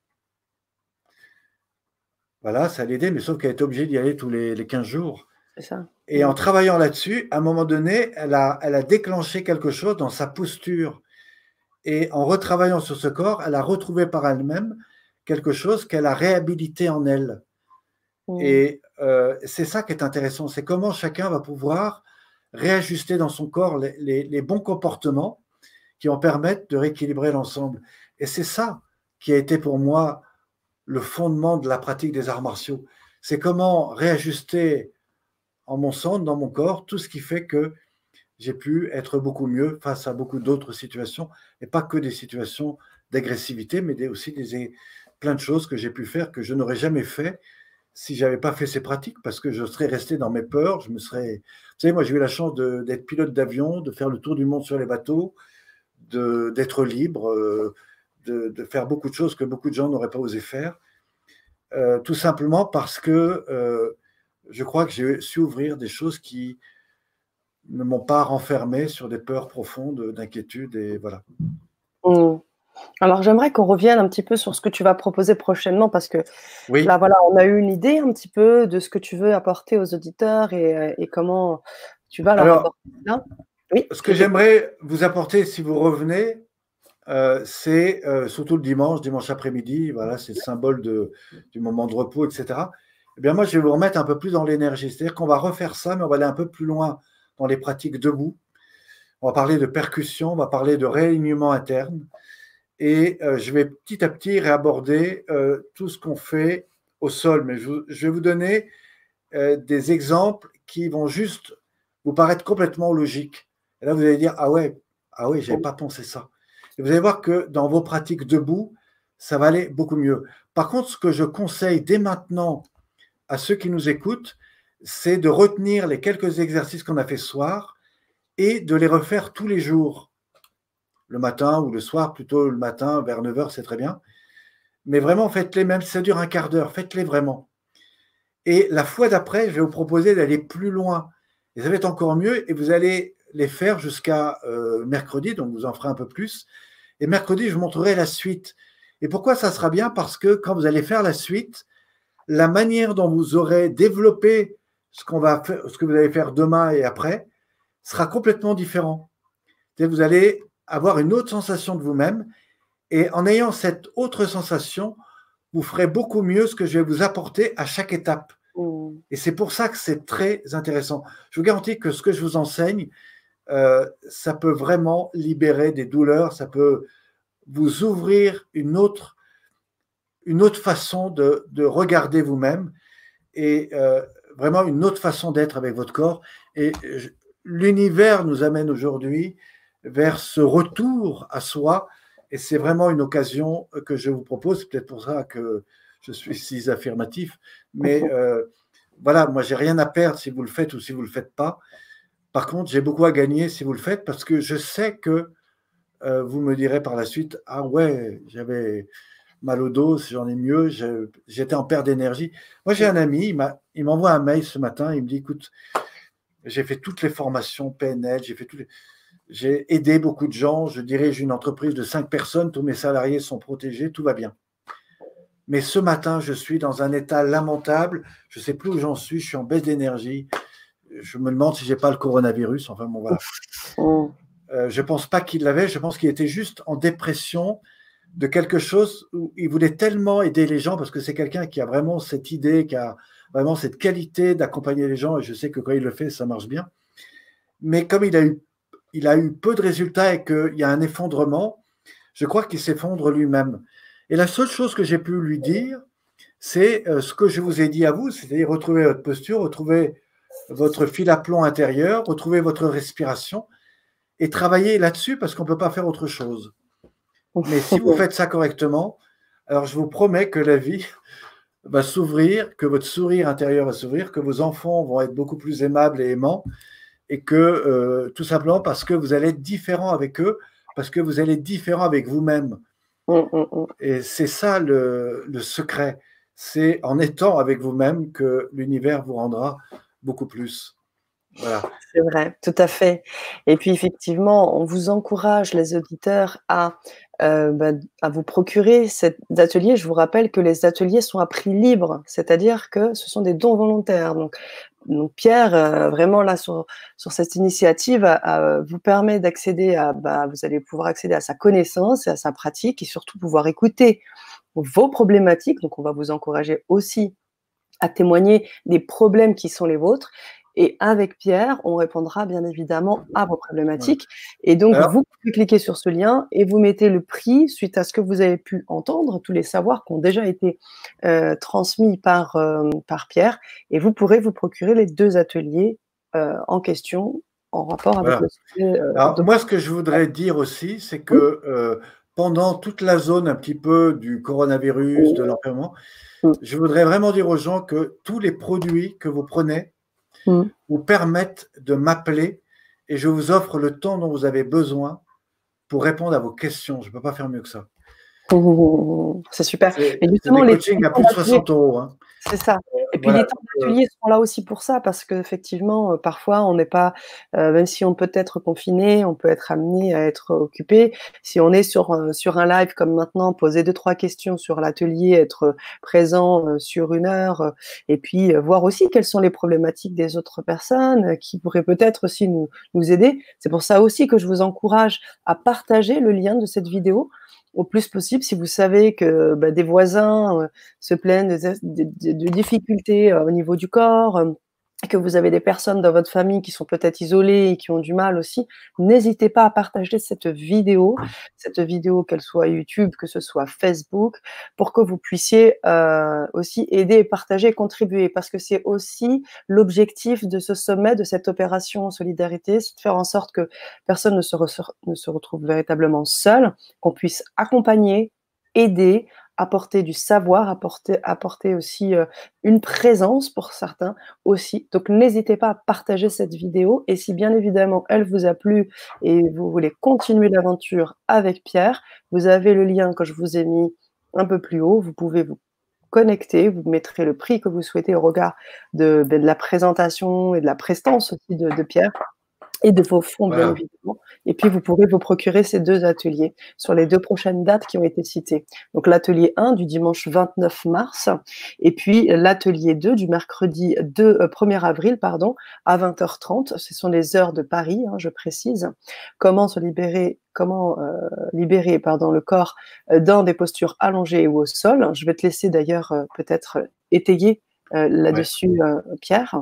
Voilà, ça l'aidait, mais sauf qu'elle était obligée d'y aller tous les, les quinze jours. C'est ça. Et en Mmh. travaillant là-dessus, à un moment donné, elle a, elle a déclenché quelque chose dans sa posture. Et en retravaillant sur ce corps, elle a retrouvé par elle-même quelque chose qu'elle a réhabilité en elle. Mmh. Et euh, c'est ça qui est intéressant, c'est comment chacun va pouvoir réajuster dans son corps les, les, les bons comportements qui en permettent de rééquilibrer l'ensemble. Et c'est ça qui a été pour moi le fondement de la pratique des arts martiaux. C'est comment réajuster en mon centre, dans mon corps, tout ce qui fait que j'ai pu être beaucoup mieux face à beaucoup d'autres situations, et pas que des situations d'agressivité, mais des, aussi des, plein de choses que j'ai pu faire que je n'aurais jamais fait si je n'avais pas fait ces pratiques, parce que je serais resté dans mes peurs, je me serais... Vous savez, moi j'ai eu la chance d'être pilote d'avion, de faire le tour du monde sur les bateaux, d'être libre, euh, de, de faire beaucoup de choses que beaucoup de gens n'auraient pas osé faire, euh, tout simplement parce que euh, je crois que j'ai su ouvrir des choses qui ne m'ont pas renfermé sur des peurs profondes d'inquiétude, et voilà. Mmh. Alors j'aimerais qu'on revienne un petit peu sur ce que tu vas proposer prochainement parce que là, Oui. voilà, on a eu une idée un petit peu de ce que tu veux apporter aux auditeurs et heu et comment tu vas leur Alors, apporter ça. Oui, ce que je t'écoute. j'aimerais vous apporter si vous revenez, euh, c'est euh, surtout le dimanche, dimanche après-midi, voilà, c'est le symbole de, du moment de repos, et cetera. Eh bien, moi, je vais vous remettre un peu plus dans l'énergie. C'est-à-dire qu'on va refaire ça, mais on va aller un peu plus loin dans les pratiques debout. On va parler de percussion, on va parler de réalignement interne. Et euh, je vais petit à petit réaborder euh, tout ce qu'on fait au sol. Mais je, je vais vous donner euh, des exemples qui vont juste vous paraître complètement logiques. Et là, vous allez dire, ah ouais, ah oui, j'avais pas pensé ça. Et vous allez voir que dans vos pratiques debout, ça va aller beaucoup mieux. Par contre, ce que je conseille dès maintenant à ceux qui nous écoutent, c'est de retenir les quelques exercices qu'on a fait ce soir et de les refaire tous les jours. Le matin ou le soir, plutôt le matin, vers neuf heures, c'est très bien. Mais vraiment, faites-les, même si ça dure un quart d'heure, faites-les vraiment. Et la fois d'après, je vais vous proposer d'aller plus loin. Et ça va être encore mieux, et vous allez les faire jusqu'à euh, mercredi, donc vous en ferez un peu plus. Et mercredi, je vous montrerai la suite. Et pourquoi ça sera bien? Parce que quand vous allez faire la suite, la manière dont vous aurez développé ce, qu'on va faire, ce que vous allez faire demain et après sera complètement différent. Et vous allez avoir une autre sensation de vous-même, et en ayant cette autre sensation, vous ferez beaucoup mieux ce que je vais vous apporter à chaque étape. Mmh. Et c'est pour ça que c'est très intéressant. Je vous garantis que ce que je vous enseigne, euh, ça peut vraiment libérer des douleurs, ça peut vous ouvrir une autre, une autre façon de, de regarder vous-même, et euh, vraiment une autre façon d'être avec votre corps. Et l'univers nous amène aujourd'hui vers ce retour à soi, et c'est vraiment une occasion que je vous propose. C'est peut-être pour ça que je suis si affirmatif, mais euh, voilà, moi j'ai rien à perdre si vous le faites ou si vous le faites pas. Par contre, j'ai beaucoup à gagner si vous le faites, parce que je sais que euh, vous me direz par la suite, ah ouais, j'avais mal au dos, j'en ai mieux, j'étais en perte d'énergie. Moi, j'ai un ami, il m'envoie un mail ce matin, il me dit, écoute, j'ai fait toutes les formations P N L, j'ai fait toutes les... j'ai aidé beaucoup de gens, je dirige une entreprise de cinq personnes, tous mes salariés sont protégés, tout va bien. Mais ce matin, je suis dans un état lamentable, je ne sais plus où j'en suis, je suis en baisse d'énergie, je me demande si je n'ai pas le coronavirus, enfin bon, voilà. Mmh. Euh, je ne pense pas qu'il l'avait, je pense qu'il était juste en dépression de quelque chose où il voulait tellement aider les gens, parce que c'est quelqu'un qui a vraiment cette idée, qui a vraiment cette qualité d'accompagner les gens, et je sais que quand il le fait, ça marche bien. Mais comme il a eu, il a eu peu de résultats et qu'il y a un effondrement, je crois qu'il s'effondre lui-même. Et la seule chose que j'ai pu lui dire, c'est ce que je vous ai dit à vous, c'est-à-dire retrouver votre posture, retrouver votre fil à plomb intérieur, retrouver votre respiration et travailler là-dessus, parce qu'on ne peut pas faire autre chose. Mais si vous faites ça correctement, alors je vous promets que la vie va s'ouvrir, que votre sourire intérieur va s'ouvrir, que vos enfants vont être beaucoup plus aimables et aimants, et que euh, tout simplement parce que vous allez être différent avec eux, parce que vous allez être différent avec vous-même. Mm, mm, mm. Et c'est ça le, le secret. C'est en étant avec vous-même que l'univers vous rendra beaucoup plus. Voilà. C'est vrai, tout à fait. Et puis effectivement, on vous encourage, les auditeurs, à, euh, bah, à vous procurer cet atelier. Je vous rappelle que les ateliers sont à prix libre, c'est-à-dire que ce sont des dons volontaires. Donc, donc Pierre, euh, vraiment là sur, sur cette initiative, à, à vous permet d'accéder à, bah, vous allez pouvoir accéder à sa connaissance et à sa pratique et surtout pouvoir écouter vos problématiques. Donc, on va vous encourager aussi à témoigner des problèmes qui sont les vôtres. Et avec Pierre, on répondra bien évidemment à vos problématiques. Et donc, Alors, vous pouvez cliquer sur ce lien et vous mettez le prix suite à ce que vous avez pu entendre, tous les savoirs qui ont déjà été euh, transmis par, euh, par Pierre. Et vous pourrez vous procurer les deux ateliers euh, en question en rapport avec voilà. le sujet. Euh, Alors, de... moi, ce que je voudrais dire aussi, c'est que euh, pendant toute la zone un petit peu du coronavirus, de l'enfermement, Mm. je voudrais vraiment dire aux gens que tous les produits que vous prenez Mm. vous permettent de m'appeler et je vous offre le temps dont vous avez besoin pour répondre à vos questions. Je ne peux pas faire mieux que ça. Mmh, c'est super. C'est Et justement, des les coachings à temps plus de d'atelier, soixante euros. Hein. c'est ça. Et puis Voilà. les temps d'atelier sont là aussi pour ça, parce qu'effectivement, euh, parfois, on n'est pas, euh, même si on peut être confiné, on peut être amené à être occupé. Si on est sur, euh, sur un live comme maintenant, poser deux, trois questions sur l'atelier, être présent euh, sur une heure, euh, et puis euh, voir aussi quelles sont les problématiques des autres personnes euh, qui pourraient peut-être aussi nous, nous aider. C'est pour ça aussi que je vous encourage à partager le lien de cette vidéo au plus possible. Si vous savez que bah, des voisins euh, se plaignent de, de, de, de difficultés euh, au niveau du corps, euh, que vous avez des personnes dans votre famille qui sont peut-être isolées et qui ont du mal aussi, n'hésitez pas à partager cette vidéo, cette vidéo, qu'elle soit YouTube, que ce soit Facebook, pour que vous puissiez euh, aussi aider et partager et contribuer, parce que c'est aussi l'objectif de ce sommet, de cette opération Solidarité, c'est de faire en sorte que personne ne se, re- ne se retrouve véritablement seul, qu'on puisse accompagner, aider, apporter du savoir, apporter, apporter aussi euh, une présence pour certains aussi. Donc, n'hésitez pas à partager cette vidéo. Et si bien évidemment, elle vous a plu et vous voulez continuer l'aventure avec Pierre, vous avez le lien que je vous ai mis un peu plus haut. Vous pouvez vous connecter, vous mettrez le prix que vous souhaitez au regard de, ben, de la présentation et de la prestance aussi de, de Pierre et de vos fonds, bien Voilà. évidemment. Et puis, vous pourrez vous procurer ces deux ateliers sur les deux prochaines dates qui ont été citées. Donc, l'atelier un du dimanche vingt-neuf mars et puis l'atelier deux du mercredi deux, euh, premier avril pardon, à vingt heures trente. Ce sont les heures de Paris, hein, je précise. Comment se libérer, comment euh, libérer pardon, le corps euh, dans des postures allongées ou au sol. Je vais te laisser d'ailleurs euh, peut-être euh, étayer euh, là-dessus, ouais. euh, Pierre.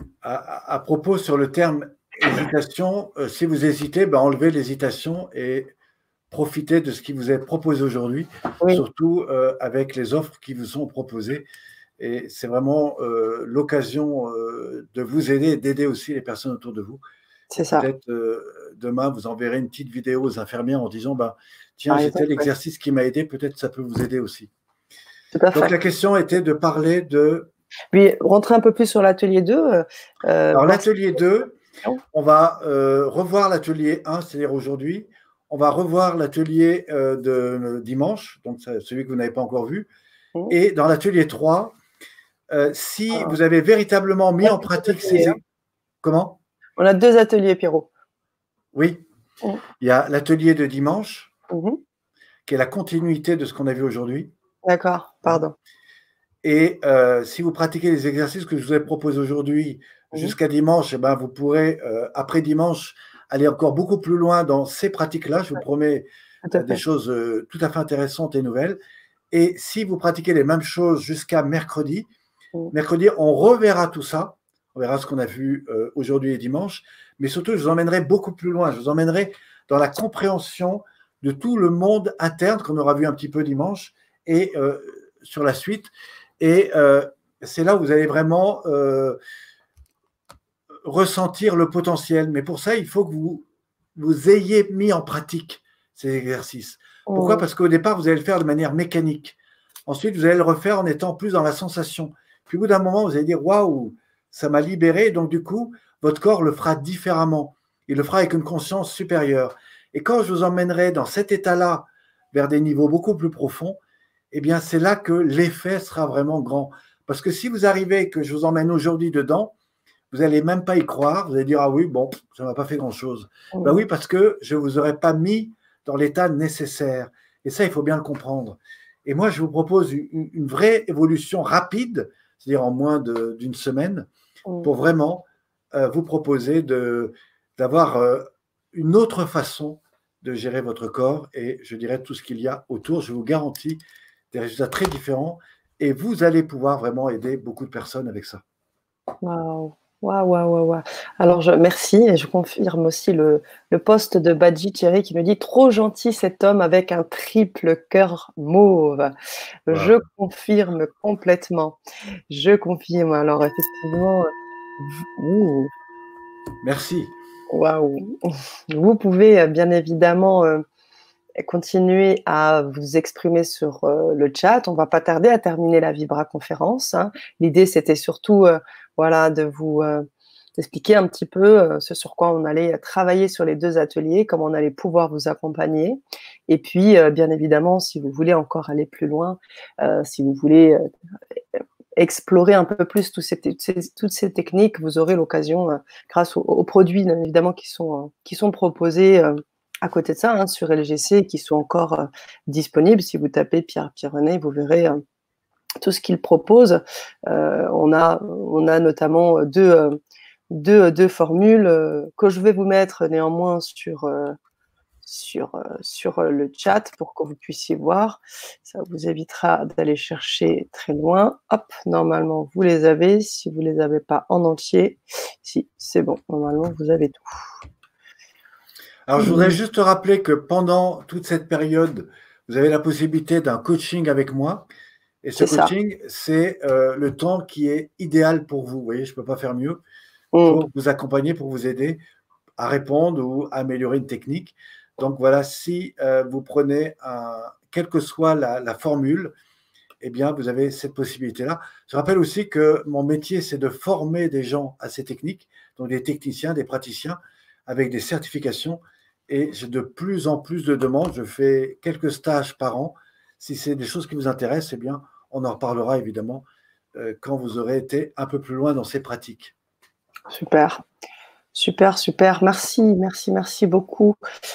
À, à propos sur le terme hésitation, euh, si vous hésitez, ben enlevez l'hésitation et profitez de ce qui vous est proposé aujourd'hui, oui. Surtout euh, avec les offres qui vous sont proposées. Et c'est vraiment euh, l'occasion euh, de vous aider et d'aider aussi les personnes autour de vous. C'est ça. Peut-être euh, demain, vous enverrez une petite vidéo aux infirmières en disant bah, tiens, j'ai tel exercice qui m'a aidé, peut-être ça peut vous aider aussi. Tout à fait. Donc la question était de parler de. Oui, rentrer un peu plus sur l'atelier deux. Euh, Alors l'atelier deux, on va euh, revoir l'atelier un, c'est-à-dire aujourd'hui. On va revoir l'atelier euh, de dimanche, donc celui que vous n'avez pas encore vu. Mmh. Et dans l'atelier trois, euh, si ah. vous avez véritablement mis en pratique ces... Comment? On a deux ateliers, Pierrot. Oui. Mmh. Il y a l'atelier de dimanche, mmh. qui est la continuité de ce qu'on a vu aujourd'hui. D'accord, pardon. Et euh, si vous pratiquez les exercices que je vous ai proposés aujourd'hui mmh. jusqu'à dimanche, eh ben, vous pourrez, euh, après dimanche, aller encore beaucoup plus loin dans ces pratiques-là. Je vous promets euh, des choses euh, tout à fait intéressantes et nouvelles. Et si vous pratiquez les mêmes choses jusqu'à mercredi, mmh. mercredi, on reverra tout ça. On verra ce qu'on a vu euh, aujourd'hui et dimanche. Mais surtout, je vous emmènerai beaucoup plus loin. Je vous emmènerai dans la compréhension de tout le monde interne qu'on aura vu un petit peu dimanche et euh, sur la suite. Et euh, c'est là où vous allez vraiment euh, ressentir le potentiel. Mais pour ça, il faut que vous, vous ayez mis en pratique ces exercices. Pourquoi ? Parce qu'au départ, vous allez le faire de manière mécanique. Ensuite, vous allez le refaire en étant plus dans la sensation. Puis au bout d'un moment, vous allez dire, waouh, ça m'a libéré. Donc du coup, votre corps le fera différemment. Il le fera avec une conscience supérieure. Et quand je vous emmènerai dans cet état-là, vers des niveaux beaucoup plus profonds, eh bien, c'est là que l'effet sera vraiment grand. Parce que si vous arrivez, que je vous emmène aujourd'hui dedans, vous n'allez même pas y croire. Vous allez dire, ah oui, bon, ça ne m'a pas fait grand-chose. Mmh. Ben oui, parce que je ne vous aurais pas mis dans l'état nécessaire. Et ça, il faut bien le comprendre. Et moi, je vous propose une, une vraie évolution rapide, c'est-à-dire en moins d'une semaine, Mmh. pour vraiment euh, vous proposer d'avoir euh, une autre façon de gérer votre corps et je dirais tout ce qu'il y a autour. Je vous garantis des résultats très différents et vous allez pouvoir vraiment aider beaucoup de personnes avec ça. Waouh! Waouh, waouh, waouh, waouh. Alors je merci et je confirme aussi le le post de Badji Thierry qui me dit: «Trop gentil cet homme avec un triple cœur mauve». Je Wow. confirme complètement. Je confirme. Alors effectivement, v ouh, Merci. waouh! Vous pouvez, heu, bien évidemment, heu, continuer à vous exprimer sur, heu, le chat. On va pas tarder à terminer la Vibra conférence, hein. L'idée, c'était surtout, heu, voilà, de vous, heu, d'expliquer un petit peu, heu, ce sur quoi on allait travailler sur les deux ateliers, comment on allait pouvoir vous accompagner et puis, heu, bien évidemment, si vous voulez encore aller plus loin, heu, si vous voulez, heu, explorer un peu plus tous ces ces toutes ces techniques, vous aurez l'occasion, heu, grâce aux aux produits, bien évidemment, qui sont, heu, qui sont proposés, heu, à côté de ça, hein, sur L G C, qui sont encore, heu, disponibles. Si vous tapez Pierre Pironnet, vous verrez, heu, tout ce qu'il propose. Heu, on a on a notamment, deux, heu, deux, deux formules, heu, que je vais vous mettre néanmoins sur, heu, sur, heu, sur, heu, le chat pour que vous puissiez voir. Ça vous évitera d'aller chercher très loin. Hop, normalement vous les avez. Si vous les avez pas en entier, si, c'est bon, normalement vous avez tout. Alors, je voudrais Mmh. juste te rappeler que pendant toute cette période, vous avez la possibilité d'un coaching avec moi. Et ce C'est ça. coaching, c'est euh, le temps qui est idéal pour vous. Vous voyez, je ne peux pas faire mieux Mmh. pour vous accompagner, pour vous aider à répondre ou à améliorer une technique. Donc voilà, si euh, vous prenez, un, quelle que soit la, la formule, eh bien, vous avez cette possibilité-là. Je rappelle aussi que mon métier, c'est de former des gens à ces techniques, donc des techniciens, des praticiens, avec des certifications. Et j'ai de plus en plus de demandes. Je fais quelques stages par an. Si c'est des choses qui vous intéressent, eh bien, on en reparlera évidemment euh, quand vous aurez été un peu plus loin dans ces pratiques. Super. Super, super. Merci, merci, merci beaucoup.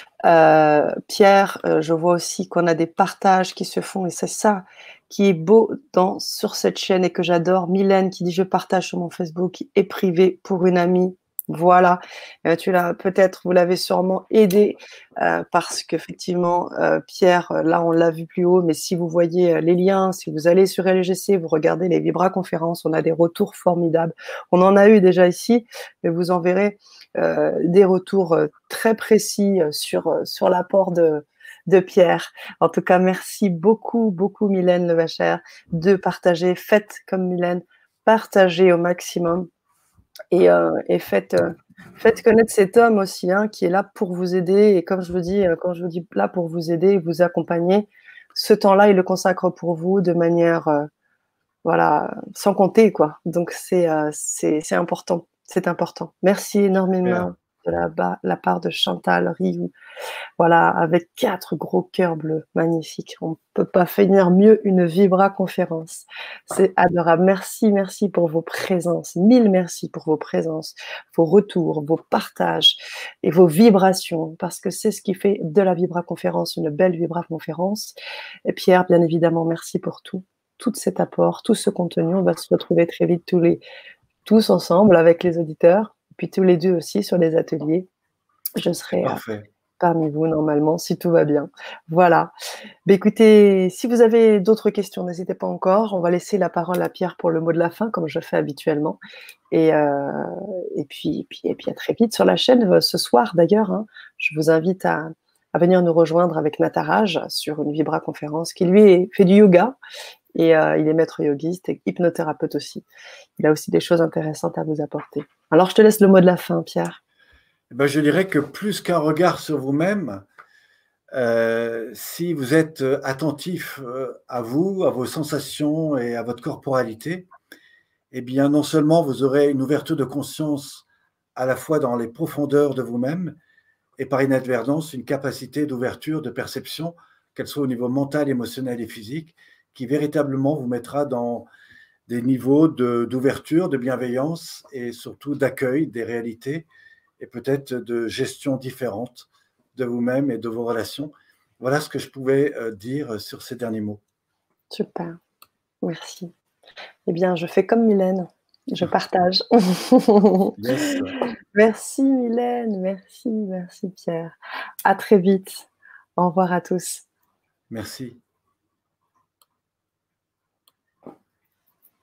Heu, Pierre, heu, je vois aussi qu'on a des partages qui se font et c'est ça qui est beau dans sur cette chaîne et que j'adore. Mylène qui dit: «Je partage sur mon Facebook et privé pour une amie». Voilà, heu, tu l'as peut-être vous l'avez sûrement aidé, heu, parce qu'effectivement, heu, Pierre, heu, là, on l'a vu plus haut, mais si vous voyez, heu, les liens, si vous allez sur L G C, vous regardez les Vibra conférences, on a des retours formidables. On en a eu déjà ici, mais vous en verrez, heu, des retours, heu, très précis, heu, sur, heu, sur l'apport de de Pierre. En tout cas, merci beaucoup, beaucoup Mylène Levachère de partager. Faites comme Mylène, partagez au maximum et heu et faites, heu, faites connaître cet homme aussi, hein, qui est là pour vous aider et comme je vous dis, heu, quand je vous dis là pour vous aider et vous accompagner, ce temps-là, il le consacre pour vous de manière, heu, voilà, sans compter quoi. Donc c'est, heu, c'est c'est important, c'est important. Merci Super. énormément de la ba la part de Chantal Rioux. Voilà, avec quatre gros cœurs bleus, magnifiques. On ne peut pas finir mieux une Vibra conférence. C'est adorable. Merci, merci pour vos présences. Mille merci pour vos présences, vos retours, vos partages et vos vibrations, parce que c'est ce qui fait de la Vibra conférence une belle Vibra conférence. Et Pierre, bien évidemment, merci pour tout, tout cet apport, tout ce contenu. On va se retrouver très vite tous les, tous ensemble avec les auditeurs, puis tous les deux aussi sur les ateliers. Je C'est serai euh, parfait. parmi vous normalement, si tout va bien. Voilà. Bah, écoutez, si vous avez d'autres questions, n'hésitez pas encore. On va laisser la parole à Pierre pour le mot de la fin, comme je fais habituellement. Et, euh, et, puis, et, puis, et puis à très vite sur la chaîne euh, ce soir d'ailleurs. Hein, je vous invite à, à venir nous rejoindre avec Nataraj sur une Vibra conférence qui lui est, fait du yoga et euh, il est maître yogiste et hypnothérapeute aussi. Il a aussi des choses intéressantes à vous apporter. Alors je te laisse le mot de la fin, Pierre. Eh ben, je dirais que plus qu'un regard sur vous-même, Euh, si vous êtes attentif euh, à vous, à vos sensations et à votre corporalité, eh bien, non seulement vous aurez une ouverture de conscience à la fois dans les profondeurs de vous-même et par inadvertance une capacité d'ouverture, de perception, qu'elle soit au niveau mental, émotionnel et physique, qui véritablement vous mettra dans des niveaux de- d'ouverture, de, bienveillance et surtout d'accueil des réalités et peut-être de gestion différente de vous-même et de vos relations. Voilà ce que je pouvais euh, dire sur ces derniers mots. Super, merci. Eh bien, je fais comme Mylène, je partage. Yes, Merci Mylène, merci, merci Pierre. À très vite. Au revoir à tous. merci.